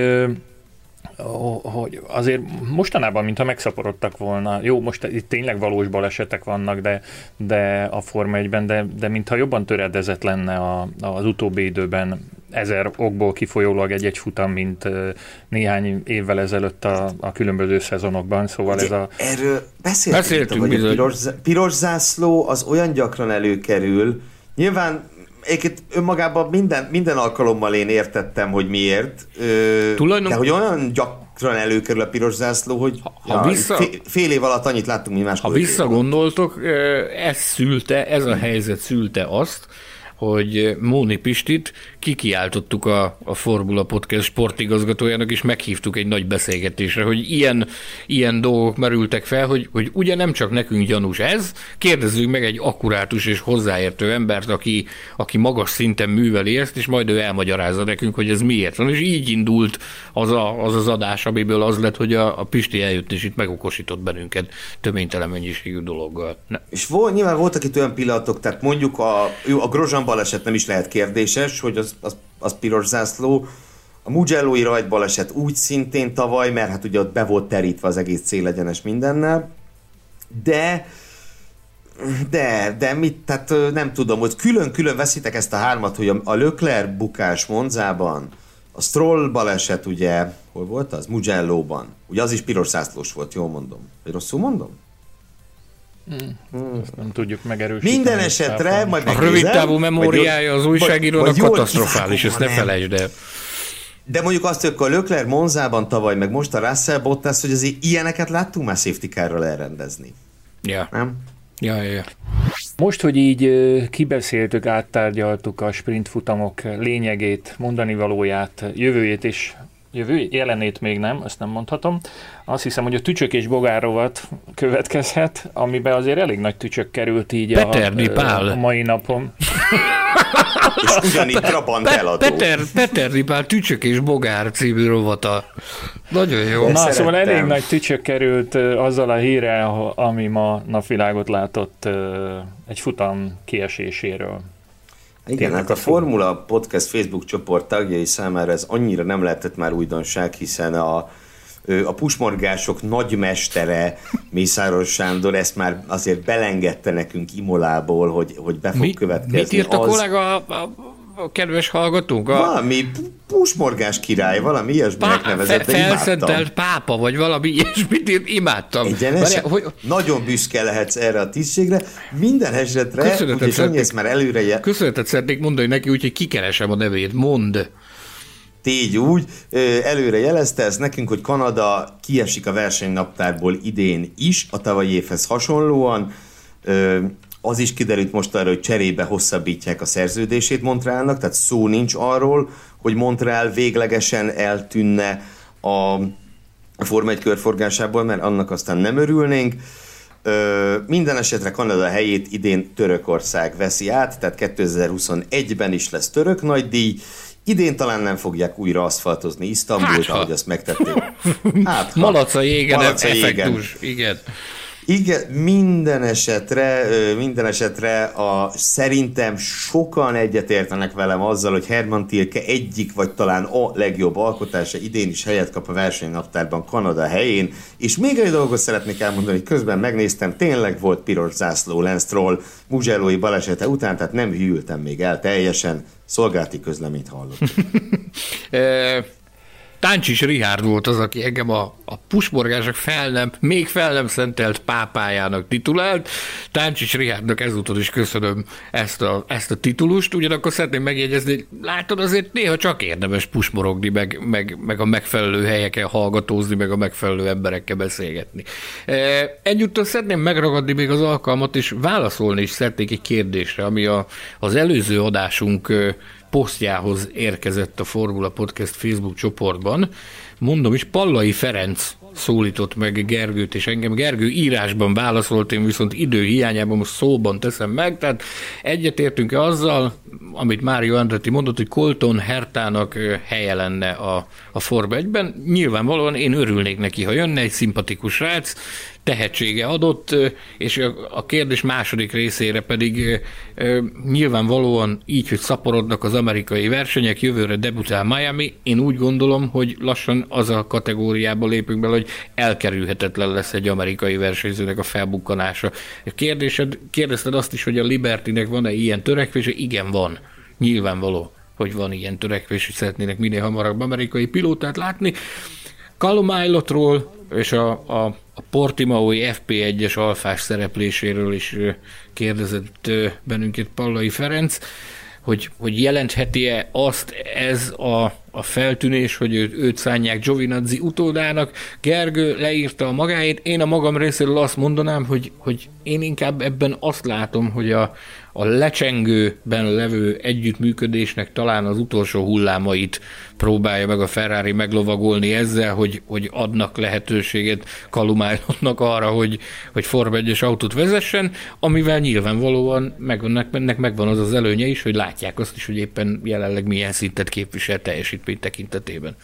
hogy azért mostanában, mintha megszaporodtak volna, jó, most itt tényleg valós balesetek vannak, de, de a Forma egyben, de, de mintha jobban töredezett lenne a, az utóbbi időben ezer okból kifolyólag egy-egy futam, mint néhány évvel ezelőtt a, a különböző szezonokban, szóval ez a... Erről beszéltünk, beszéltünk hogy bizony. a piros, piros zászló az olyan gyakran előkerül, nyilván egyébként önmagában minden, minden alkalommal én értettem, hogy miért, Tulajdon... de hogy olyan gyakran előkerül a piros zászló, hogy ha, ha ja, vissza... fél, fél év alatt annyit láttunk, mint más. Ha visszagondoltok, ez szülte, ez a helyzet szülte azt, hogy Móni Pistit kikiáltottuk a, a Formula Podcast sportigazgatójának, és meghívtuk egy nagy beszélgetésre, hogy ilyen, ilyen dolgok merültek fel, hogy, hogy ugye nem csak nekünk gyanús ez, kérdezzünk meg egy akkurátus és hozzáértő embert, aki, aki magas szinten műveli ezt, és majd ő elmagyarázza nekünk, hogy ez miért van. És így indult az a, az, az adás, amiből az lett, hogy a, a Pisti eljött, és itt megokosított bennünket töménytelen mennyiségű dologgal. Ne. És volt, nyilván voltak itt olyan pillanatok, tehát mondjuk a, a Grosjean baleset nem is lehet kérdéses, hogy az, az, az piros zászló. A Mugello-i rajtbaleset úgy szintén tavaly, mert hát ugye ott be volt terítve az egész célegyenes mindennel. De, de, de mit, tehát nem tudom, hogy külön-külön veszitek ezt a hármat, hogy a Leclerc bukás Monzában, a Stroll baleset ugye, hol volt az? Mugello-ban. Ugye az is piros zászlós volt, jól mondom. Vagy rosszul mondom? Hmm. Hmm. Nem tudjuk megerősíteni. Minden esetre, majd a rövid távú memóriája az újságírónak katasztrofális, ezt ne felejtsd el. De mondjuk azt, hogy a Leclerc Monzában tavaly, meg most a Russell Bottas, hogy azért ilyeneket láttunk már safety carral elrendezni. Ja. Nem? Ja, ja, ja. Most, hogy így kibeszéltük, áttárgyaltuk a sprintfutamok lényegét, mondani valóját, jövőjét és jövő jelenét még nem, azt nem mondhatom. Azt hiszem, hogy a tücsök és bogár rovat következhet, amiben azért elég nagy tücsök került így Peterdi Pál. a mai napon. És ugyanígy Trabant eladó. Peter, Peterdi Pál tücsök és bogár című rovata. Nagyon jó. Na, szerettem. szóval elég nagy tücsök került azzal a hírrel, ami ma napvilágot látott egy futam kieséséről. Igen, hát a Formula Podcast Facebook csoport tagjai számára ez annyira nem lehetett már újdonság, hiszen a, a pusmorgások nagymestere, Mészáros Sándor ezt már azért belengedte nekünk Imolából, hogy, hogy be fog Mi, következni. Mit írt a az... kollega, a, a, a kedves hallgatónk? A... Valami pusmorgás király, valami ilyesminek Pá, nevezett, fe, de felszentelt imádtam. pápa, vagy valami ilyesmit írt, imádtam. Egyenesen, hogy... nagyon büszke lehetsz erre a tisztségre. Minden esetre, úgyhogy annyi ezt már előre... Je- Köszönetet szeretnék mondani neki, úgyhogy kikeresem a nevét. Mondd. Tégy úgy, előre jelezte ezt nekünk, hogy Kanada kiesik a versenynaptárból idén is, a tavalyi évhez hasonlóan. Az is kiderült most arra, hogy cserébe hosszabbítják a szerződését Montrealnak, tehát szó nincs arról, hogy Montreal véglegesen eltűnne a Forma egy körforgásából, mert annak aztán nem örülnénk. Ö, minden esetre Kanada helyét idén Törökország veszi át, tehát kétezer-huszonegyben is lesz török nagydíj. Idén talán nem fogják újra aszfaltozni Isztambult, hát, ahogy azt megtették. Hát, Malaca jégen, Malaca effektus, igen. Igen, minden esetre, minden esetre a, szerintem sokan egyetértenek velem azzal, hogy Hermann Tilke egyik, vagy talán a legjobb alkotása idén is helyet kap a versenynaptárban Kanada helyén, és még egy dolgot szeretnék elmondani, hogy közben megnéztem, tényleg volt piros zászló Lance Stroll Mugello-i balesete után, tehát nem hűltem még el teljesen, szolgálati közleményt hallott. Táncsis Richárd volt az, aki engem a, a pusmorgások fel nem, még fel nem szentelt pápájának titulált. Táncsis Richárdnak ezúttal is köszönöm ezt a, ezt a titulust, ugyanakkor szeretném megjegyezni, hogy látod, azért néha csak érdemes pusmorogni, meg, meg, meg a megfelelő helyeken hallgatózni, meg a megfelelő emberekkel beszélgetni. Egyúttal szeretném megragadni még az alkalmat, és válaszolni is szeretnék egy kérdésre, ami a, az előző adásunk posztjához érkezett a Formula Podcast Facebook csoportban. Mondom is, Pallai Ferenc szólított meg Gergőt és engem. Gergő írásban válaszolt, én viszont idő hiányában most szóban teszem meg, tehát egyetértünk-e azzal, amit Mário Andretti mondott, hogy Colton Hertának helye lenne a, a Forma egyben. Nyilvánvalóan én örülnék neki, ha jönne, egy szimpatikus srác, tehetsége adott, és a kérdés második részére pedig nyilvánvalóan így, hogy szaporodnak az amerikai versenyek, jövőre debütál Miami, én úgy gondolom, hogy lassan az a kategóriába lépünk bele, hogy elkerülhetetlen lesz egy amerikai versenyzőnek a felbukkanása. Kérdésed, kérdezted azt is, hogy a Libertynek van-e ilyen törekvése? Igen, van. Nyilvánvaló, hogy van ilyen törekvés, hogy szeretnének minél hamarabb amerikai pilótát látni. Callum Aylotról és a, a, a Portimao-i ef pé egyes alfás szerepléséről is kérdezett bennünket Pallai Ferenc, hogy, hogy jelentheti-e azt ez a, a feltűnés, hogy őt, őt szánják Giovinazzi utódának. Gergő leírta a magáét, én a magam részéről azt mondanám, hogy, hogy én inkább ebben azt látom, hogy a, a lecsengőben levő együttműködésnek talán az utolsó hullámait próbálja meg a Ferrari meglovagolni ezzel, hogy, hogy adnak lehetőséget Callum Aylottnak arra, hogy, hogy Forma egyes autót vezessen, amivel nyilvánvalóan meg, ennek megvan az az előnye is, hogy látják azt is, hogy éppen jelenleg milyen szintet képvisel teljesítmény tekintetében.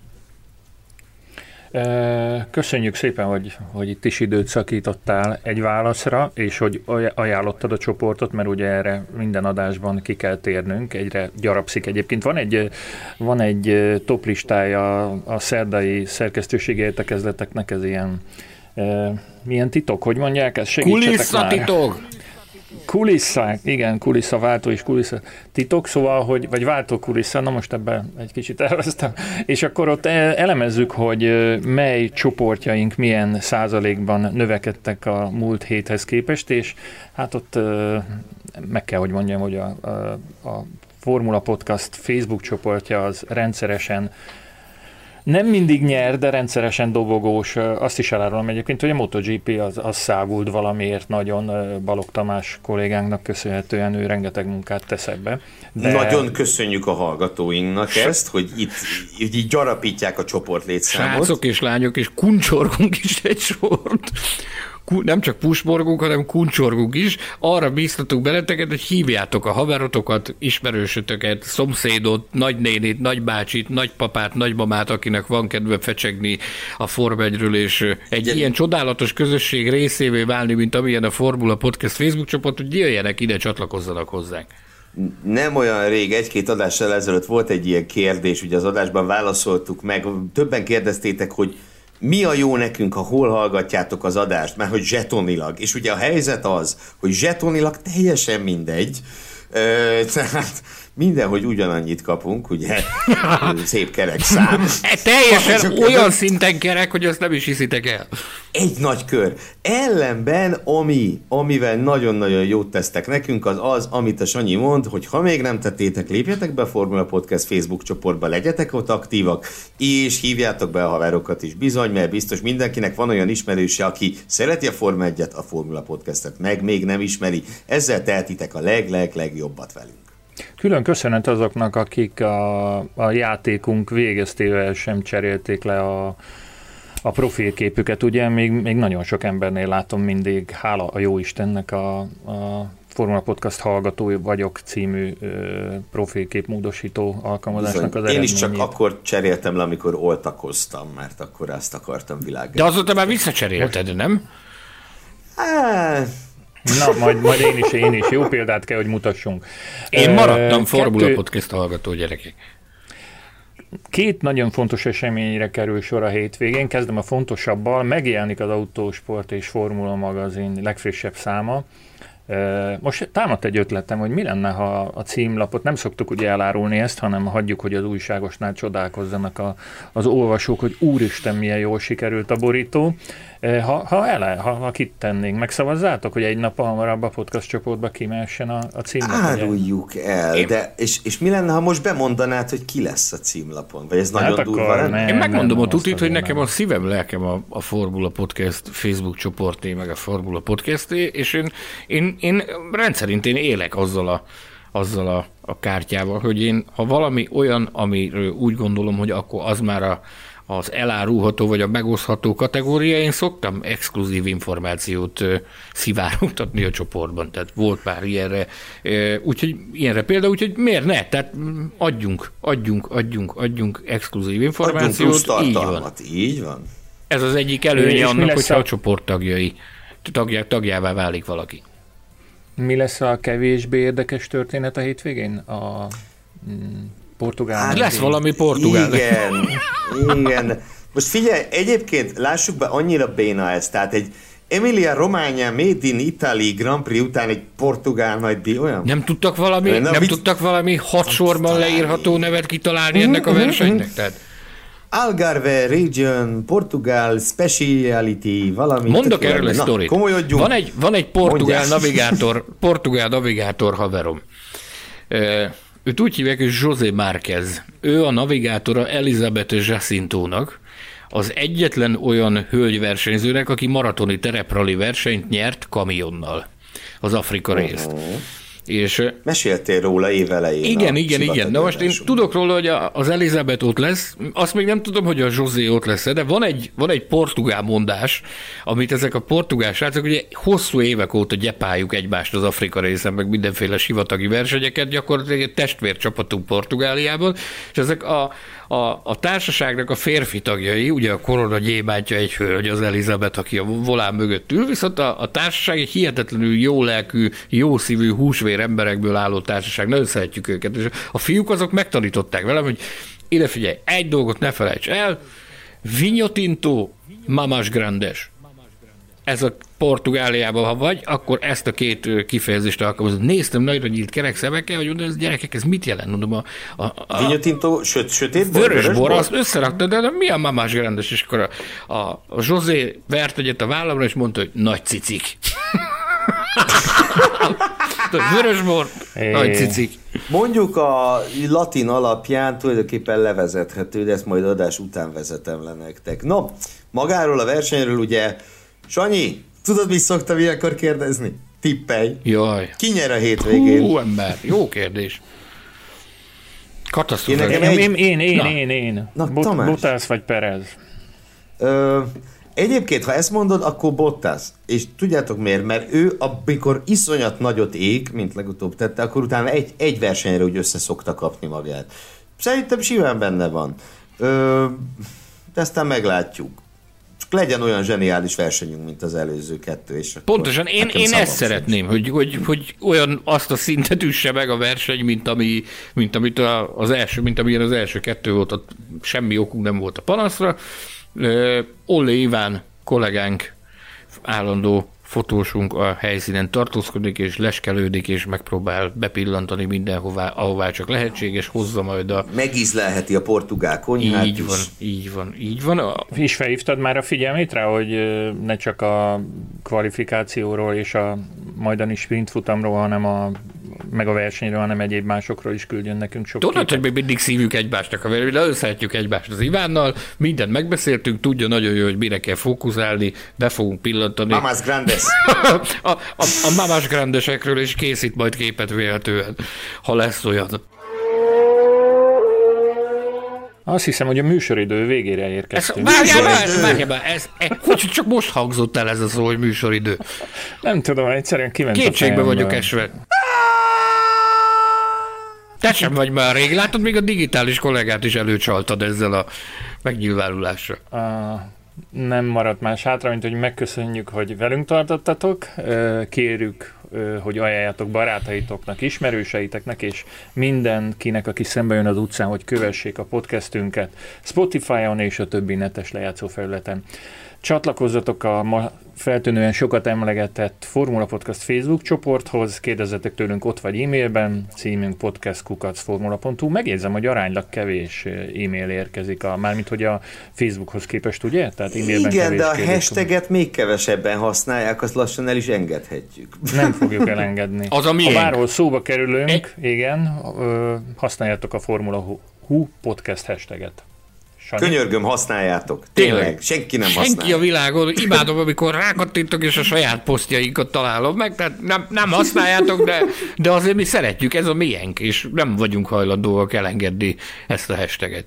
Köszönjük szépen, hogy, hogy itt is időt szakítottál egy válaszra, és hogy ajánlottad a csoportot, mert ugye erre minden adásban ki kell térnünk, egyre gyarapszik egyébként. Van egy, van egy toplistája a szerdai szerkesztőségi értekezleteknek, ez ilyen milyen titok, hogy mondják ezt? Segítsetek már. Kulisszatitok! Kulisszák, igen, kulisszaváltó és kulissza titok, szóval, hogy, vagy váltó kulissza, na most ebben egy kicsit elvesztem, és akkor ott elemezzük, hogy mely csoportjaink milyen százalékban növekedtek a múlt héthez képest, és hát ott meg kell, hogy mondjam, hogy a, a, a Formula Podcast Facebook csoportja az rendszeresen Nem mindig nyer, de rendszeresen dobogós. Azt is elárulom egyébként, hogy a MotoGP az, az szágult valamiért nagyon Balogh Tamás kollégánknak köszönhetően, ő rengeteg munkát tesz ebbe. De... Nagyon köszönjük a hallgatóinknak S- ezt, hogy itt így gyarapítják a csoport létszámot. Srácok és lányok, és kuncsorgunk is egy sort. Nem csak pusmorgunk, hanem kuncsorgunk is. Arra bíztatunk beleteket, hogy hívjátok a haverotokat, ismerősötöket, szomszédot, nagynénit, nagybácsit, nagypapát, nagymamát, akinek van kedve fecsegni a Forma egyről, és egy Ugye... ilyen csodálatos közösség részévé válni, mint amilyen a Formula Podcast Facebook csoport, hogy jöjjenek ide, csatlakozzanak hozzánk. Nem olyan rég, egy-két adással ezelőtt volt egy ilyen kérdés, ugye az adásban válaszoltuk meg, többen kérdeztétek, hogy mi a jó nekünk, ha hol hallgatjátok az adást, mert hogy zsetonilag. És ugye a helyzet az, hogy zsetonilag teljesen mindegy, tehát mindenhogy ugyanannyit kapunk, ugye, szép kerek szám. Teljesen olyan szinten kerek, hogy azt nem is hiszitek el. Egy nagy kör. Ellenben, ami, amivel nagyon-nagyon jót tesztek nekünk, az az, amit a Sanyi mond, hogy ha még nem tettétek, lépjetek be a Formula Podcast Facebook csoportba, legyetek ott aktívak, és hívjátok be a haverokat is bizony, mert biztos mindenkinek van olyan ismerőse, aki szereti a Forma egyet, a Formula Podcastet, meg még nem ismeri. Ezzel tehetitek a leg-leg-legjobbat velünk. Külön köszönet azoknak, akik a, a játékunk végeztével sem cserélték le a, a profilképüket. Ugye még, még nagyon sok embernél látom mindig, hála a jóistennek a, a Formula Podcast hallgató vagyok című ö, profilkép módosító alkalmazásnak az eredményét. Én is csak akkor cseréltem le, amikor oltakoztam, mert akkor azt akartam világítani. De azóta már visszacserélted, nem? Hát... Na, majd, majd én is, én is. Jó példát kell, hogy mutassunk. Én maradtam uh, Formula kettő... Podcast hallgató, gyerekek. Két nagyon fontos eseményre kerül sor a hétvégén. Kezdem a fontosabbal. Megjelenik az Autósport és Formula magazin legfrissebb száma. Most támadt egy ötletem, hogy mi lenne, ha a címlapot, nem szoktuk ugye elárulni ezt, hanem hagyjuk, hogy az újságosnál csodálkozzanak a, az olvasók, hogy úristen, milyen jól sikerült a borító. Ha, ha, ele, ha, ha kit tennénk, megszavazzátok, hogy egy nap hamarabb a podcast csoportba kimehessen a, a címlap? Áruljuk el, Én... de és, és mi lenne, ha most bemondanád, hogy ki lesz a címlapon? Vagy ez hát nagyon durva lenne? Én megmondom nem, a tutit, hogy nekem a szívem, lelkem a, a Formula Podcast Facebook csoporté, meg a Formula Podcasté, és én, én, én rendszerint én élek azzal a azzal a, a kártyával, hogy én, ha valami olyan, amiről úgy gondolom, hogy akkor az már a az elárulható vagy a megosztható kategória, én szoktam exkluzív információt uh, szivárogtatni a csoportban, tehát volt már ilyenre, uh, úgyhogy ilyenre például, úgyhogy miért ne? Tehát adjunk, adjunk, adjunk, adjunk exkluzív információt, adjunk így van. Így van. Ez az egyik előnye annak, hogyha a, a csoport tagjai, tagjá, tagjává válik valaki. Mi lesz a kevésbé érdekes történet a hétvégén? A... Mm, portugál. Hát lesz valami portugál. Igen, igen. Most figyelj, egyébként lássuk be, annyira béna ez, tehát egy Emilia Romagna Made in Italy Grand Prix után egy portugál nagy díj, olyan? Nem tudtak valami, nem, nem tudtak valami hat sorban leírható nevet kitalálni mm-hmm. ennek a versenynek? Tehát... Algarve Region, Portugal Speciality, valami. Mondok erről egy sztorit. Van egy, van egy portugál navigátor, portugál navigátor haverom. Őt úgy hívják, hogy José Márquez. Ő a navigátora Elizabeth Jacintónak, az egyetlen olyan hölgyversenyzőnek, aki maratoni tereprali versenyt nyert kamionnal, az Afrika részt. Uh-huh. És, meséltél róla évelején. Igen, igen, igen. Na most én tudok róla, hogy az Elizabeth ott lesz, azt még nem tudom, hogy a José ott lesz, de van egy, van egy portugál mondás, amit ezek a portugál srácok, ugye hosszú évek óta gyepáljuk egymást az Afrika részen, meg mindenféle sivatagi versenyeket, gyakorlatilag egy testvércsapatunk Portugáliában, és ezek a, a, a társaságnak a férfi tagjai, ugye a korona gyémántja egy hölgy, az Elizabeth, aki a volán mögött ül, viszont a, a társaság egy hihetetlenül jó lelkű, jó szívű, húsvér emberekből álló társaság, nagyon szeretjük őket. És a fiúk azok megtanították velem, hogy ide figyelj, egy dolgot ne felejts el, Vinho Tinto, Mamas Grandes. Ez a Portugáliában, ha vagy, akkor ezt a két kifejezést alkalmazod. Néztem nagyra nyílt kerek szemekkel, hogy mondom, ez gyerekek, ez mit jelent? Mondom, a, a, a Vinho Tinto, söt, sötét bor, vörös bor, azt összerakta, de, de mi a Mamas Grandes? És akkor a, a, a José vert egyet a vállamra, és mondta, hogy nagy cicik. Vörösbort, nagy cicik. Mondjuk a latin alapján tulajdonképpen levezethető, de ezt majd adás után vezetem le nektek. No, magáról a versenyről ugye, Sanyi, tudod, mi szoktam ilyenkor kérdezni? Tippelj. Jaj. Ki nyer a hétvégén? Hú, ember, jó kérdés. Katasztrófa. Én, egy... én, én, én, én, én. Na, Bot, Tamás. Bottas vagy Perez? Ö, egyébként, ha ezt mondod, akkor Bottas. És tudjátok miért? Mert ő, amikor iszonyat nagyot ég, mint legutóbb tette, akkor utána egy, egy versenyre úgy össze szokta kapni magát. Szerintem simán benne van. Ö, de aztán meglátjuk. Csak legyen olyan zseniális versenyünk, mint az előző kettő. És pontosan, én, én ezt szeretném, hogy, hogy, hogy olyan azt a szintet üsse meg a verseny, mint, ami, mint amit az első, mint amilyen az első kettő volt, ott semmi okunk nem volt a panaszra. Olle Iván kollégánk, állandó fotósunk a helyszínen tartózkodik, és leskelődik, és megpróbál bepillantani mindenhová, ahová csak lehetséges, hozza majd a... Megízlelheti a portugál konyhát Így is. van, így van, így van. A... És felhívtad már a figyelmét rá, hogy ne csak a kvalifikációról és a majdani sprint futamról, hanem a, meg a versenyről, hanem egyéb másokról is küldjön nekünk sok Tudod, képet. hogy még mindig szívjuk egymásnak a versenyt, de összehetjük egymást az Ivánnal, mindent megbeszéltünk, tudja nagyon jó, hogy mire kell fókuszálni, be fogunk pillantani. Mamas Grandes. a, a, a Mamas Grandesekről is készít majd képet vélhetően, ha lesz olyan. Azt hiszem, hogy a műsoridő végére érkeztünk. Várjál, várjál, várjál, várjál, ez, ez, hogy csak most hangzott el ez a szó, hogy műsoridő. Nem tudom, egyszerűen kiment Kétségbe a vagyok esve. Te sem vagy már rég, látod, még a digitális kollégát is előcsaltad ezzel a megnyilvánulással. Uh, nem maradt más hátra, mint hogy megköszönjük, hogy velünk tartottatok. Kérjük, hogy ajánljátok barátaitoknak, ismerőseiteknek, és mindenkinek, aki szembe jön az utcán, hogy kövessék a podcastünket Spotify-on és a többi netes lejátszófelületen. Csatlakozzatok a ma feltűnően sokat emlegetett Formula Podcast Facebook csoporthoz, kérdezzetek tőlünk ott vagy e-mailben, címünk podcast kukac formula pont hu. Megjegyzem, hogy aránylag kevés e-mail érkezik, a, mármint hogy a Facebookhoz képest, ugye? Tehát e-mailben Igen, de a kérdés hashtaget még kevesebben használják, azt lassan el is engedhetjük. Nem fogjuk elengedni. Az a ha miénk. bárhol szóba kerülünk, igen, ö, használjátok a Formula Hu podcast hashtaget. Sanyi? Könyörgöm, használjátok. Tényleg. Tényleg, senki nem Senki használja. a világon, imádom, amikor rákattintok, és a saját posztjainkat találom meg, tehát nem, nem használjátok, de, de azért mi szeretjük, ez a miénk, és nem vagyunk hajlandóak elengedni ezt a hashtaget.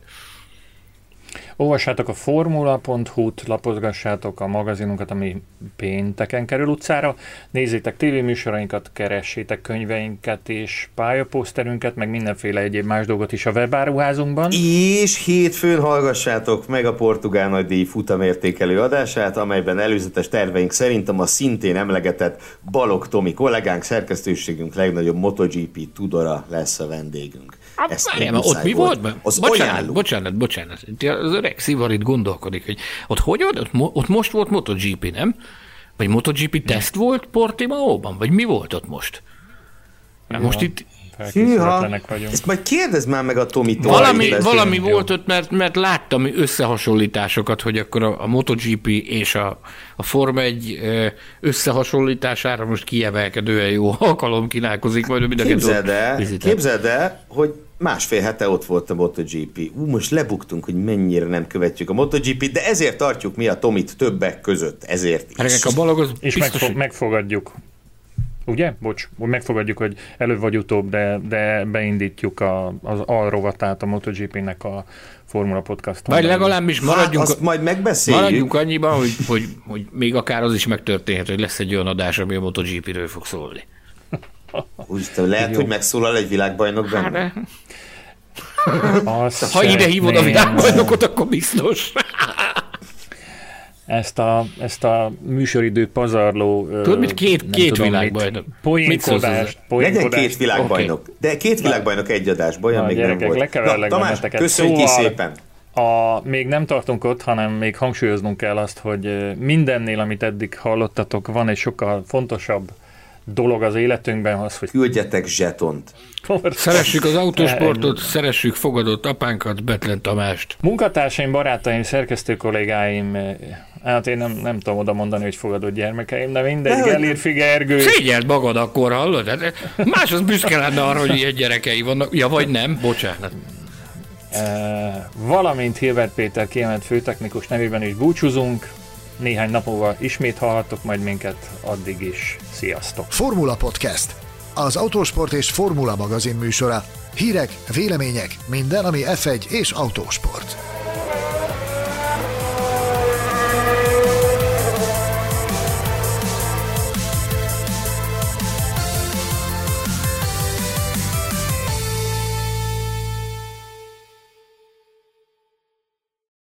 Olvassátok a formula pont hu-t, lapozgassátok a magazinunkat, ami pénteken kerül utcára, nézzétek tévéműsorainkat, keressétek könyveinket és pályaposzterünket, meg mindenféle egyéb más dolgot is a webáruházunkban. És hétfőn hallgassátok meg a Portugál Nagydíj futamértékelő adását, amelyben előzetes terveink szerint a szintén emlegetett Balogh Tomi kollégánk, szerkesztőségünk legnagyobb MotoGP tudora lesz a vendégünk. Ezt nem, ott mi volt? Az bocsánat, ajánló. bocsánat, bocsánat. Az öreg szivarit gondolkodik, hogy ott hogy volt? Ott, mo- ott most volt MotoGP, nem? Vagy MotoGP teszt volt Portimaóban? Vagy mi volt ott most? Ja, most itt Felkészületlenek vagyunk. Ezt majd kérdezd már meg a Tomitól. valami, lesz. valami Jó. volt ott, mert, mert láttam összehasonlításokat, hogy akkor a, a MotoGP és a, a Forma egy összehasonlítására most kiemelkedően jó alkalom kínálkozik, majd mind a Képzeld el, kettőt képzeld el, hogy másfél hete ott volt a MotoGP. Ú, most lebuktunk, hogy mennyire nem követjük a MotoGP-t, de ezért tartjuk mi a Tomit többek között, ezért is. Regek, a Balogh az És biztos, megfog, megfogadjuk. Ugye? Bocs, megfogadjuk, hogy előbb vagy utóbb, de, de beindítjuk a, az alrovatát a MotoGP-nek a Formula Podcast-on. vagy legalábbis maradjunk, Hát, azt majd megbeszéljük. maradjunk annyiban, hogy, hogy, hogy még akár az is megtörténhet, hogy lesz egy olyan adás, ami a MotoGP-ről fog szólni. Úgyhogy lehet, hogy megszólal egy világbajnok benne. Azt Ha ide hívod a szeretném- világbajnokot, akkor biztos. Ezt a, ezt a műsoridő pazarló... Tudod, mit két, nem két tudom, világbajnok. mit, Mit szólsz Poénkodást, hozzá? Legyen poénkodást. két világbajnok. De két világbajnok egy adásban, olyan Na, még gyerekek, nem volt. lekeverlek Na, Tamás, benneteket. köszönj ki Szóval- szépen. A, még nem tartunk ott, hanem még hangsúlyoznunk kell azt, hogy mindennél, amit eddig hallottatok, van egy sokkal fontosabb dolog az életünkben az, hogy... Küldjetek zsetont. Szeressük az autósportot, szeressük fogadott apánkat, Betlen Tamást. Munkatársaim, barátaim, szerkesztő kollégáim, hát én nem, nem tudom oda mondani, hogy fogadott gyermekeim, de mindegy, Gellért Figergő. Szégyeld magad akkor, hallod? Más az büszke lenne arra, hogy ilyen gyerekei vannak. Ja, vagy nem? Bocsánat. E, valamint Hilbert Péter kiemelt főtechnikus nevében is búcsúzunk. Néhány nap múlva ismét hallhattok majd minket, addig is sziasztok. Formula Podcast, az autósport és formula magazin műsora. Hírek, vélemények, minden, ami ef egy és autósport.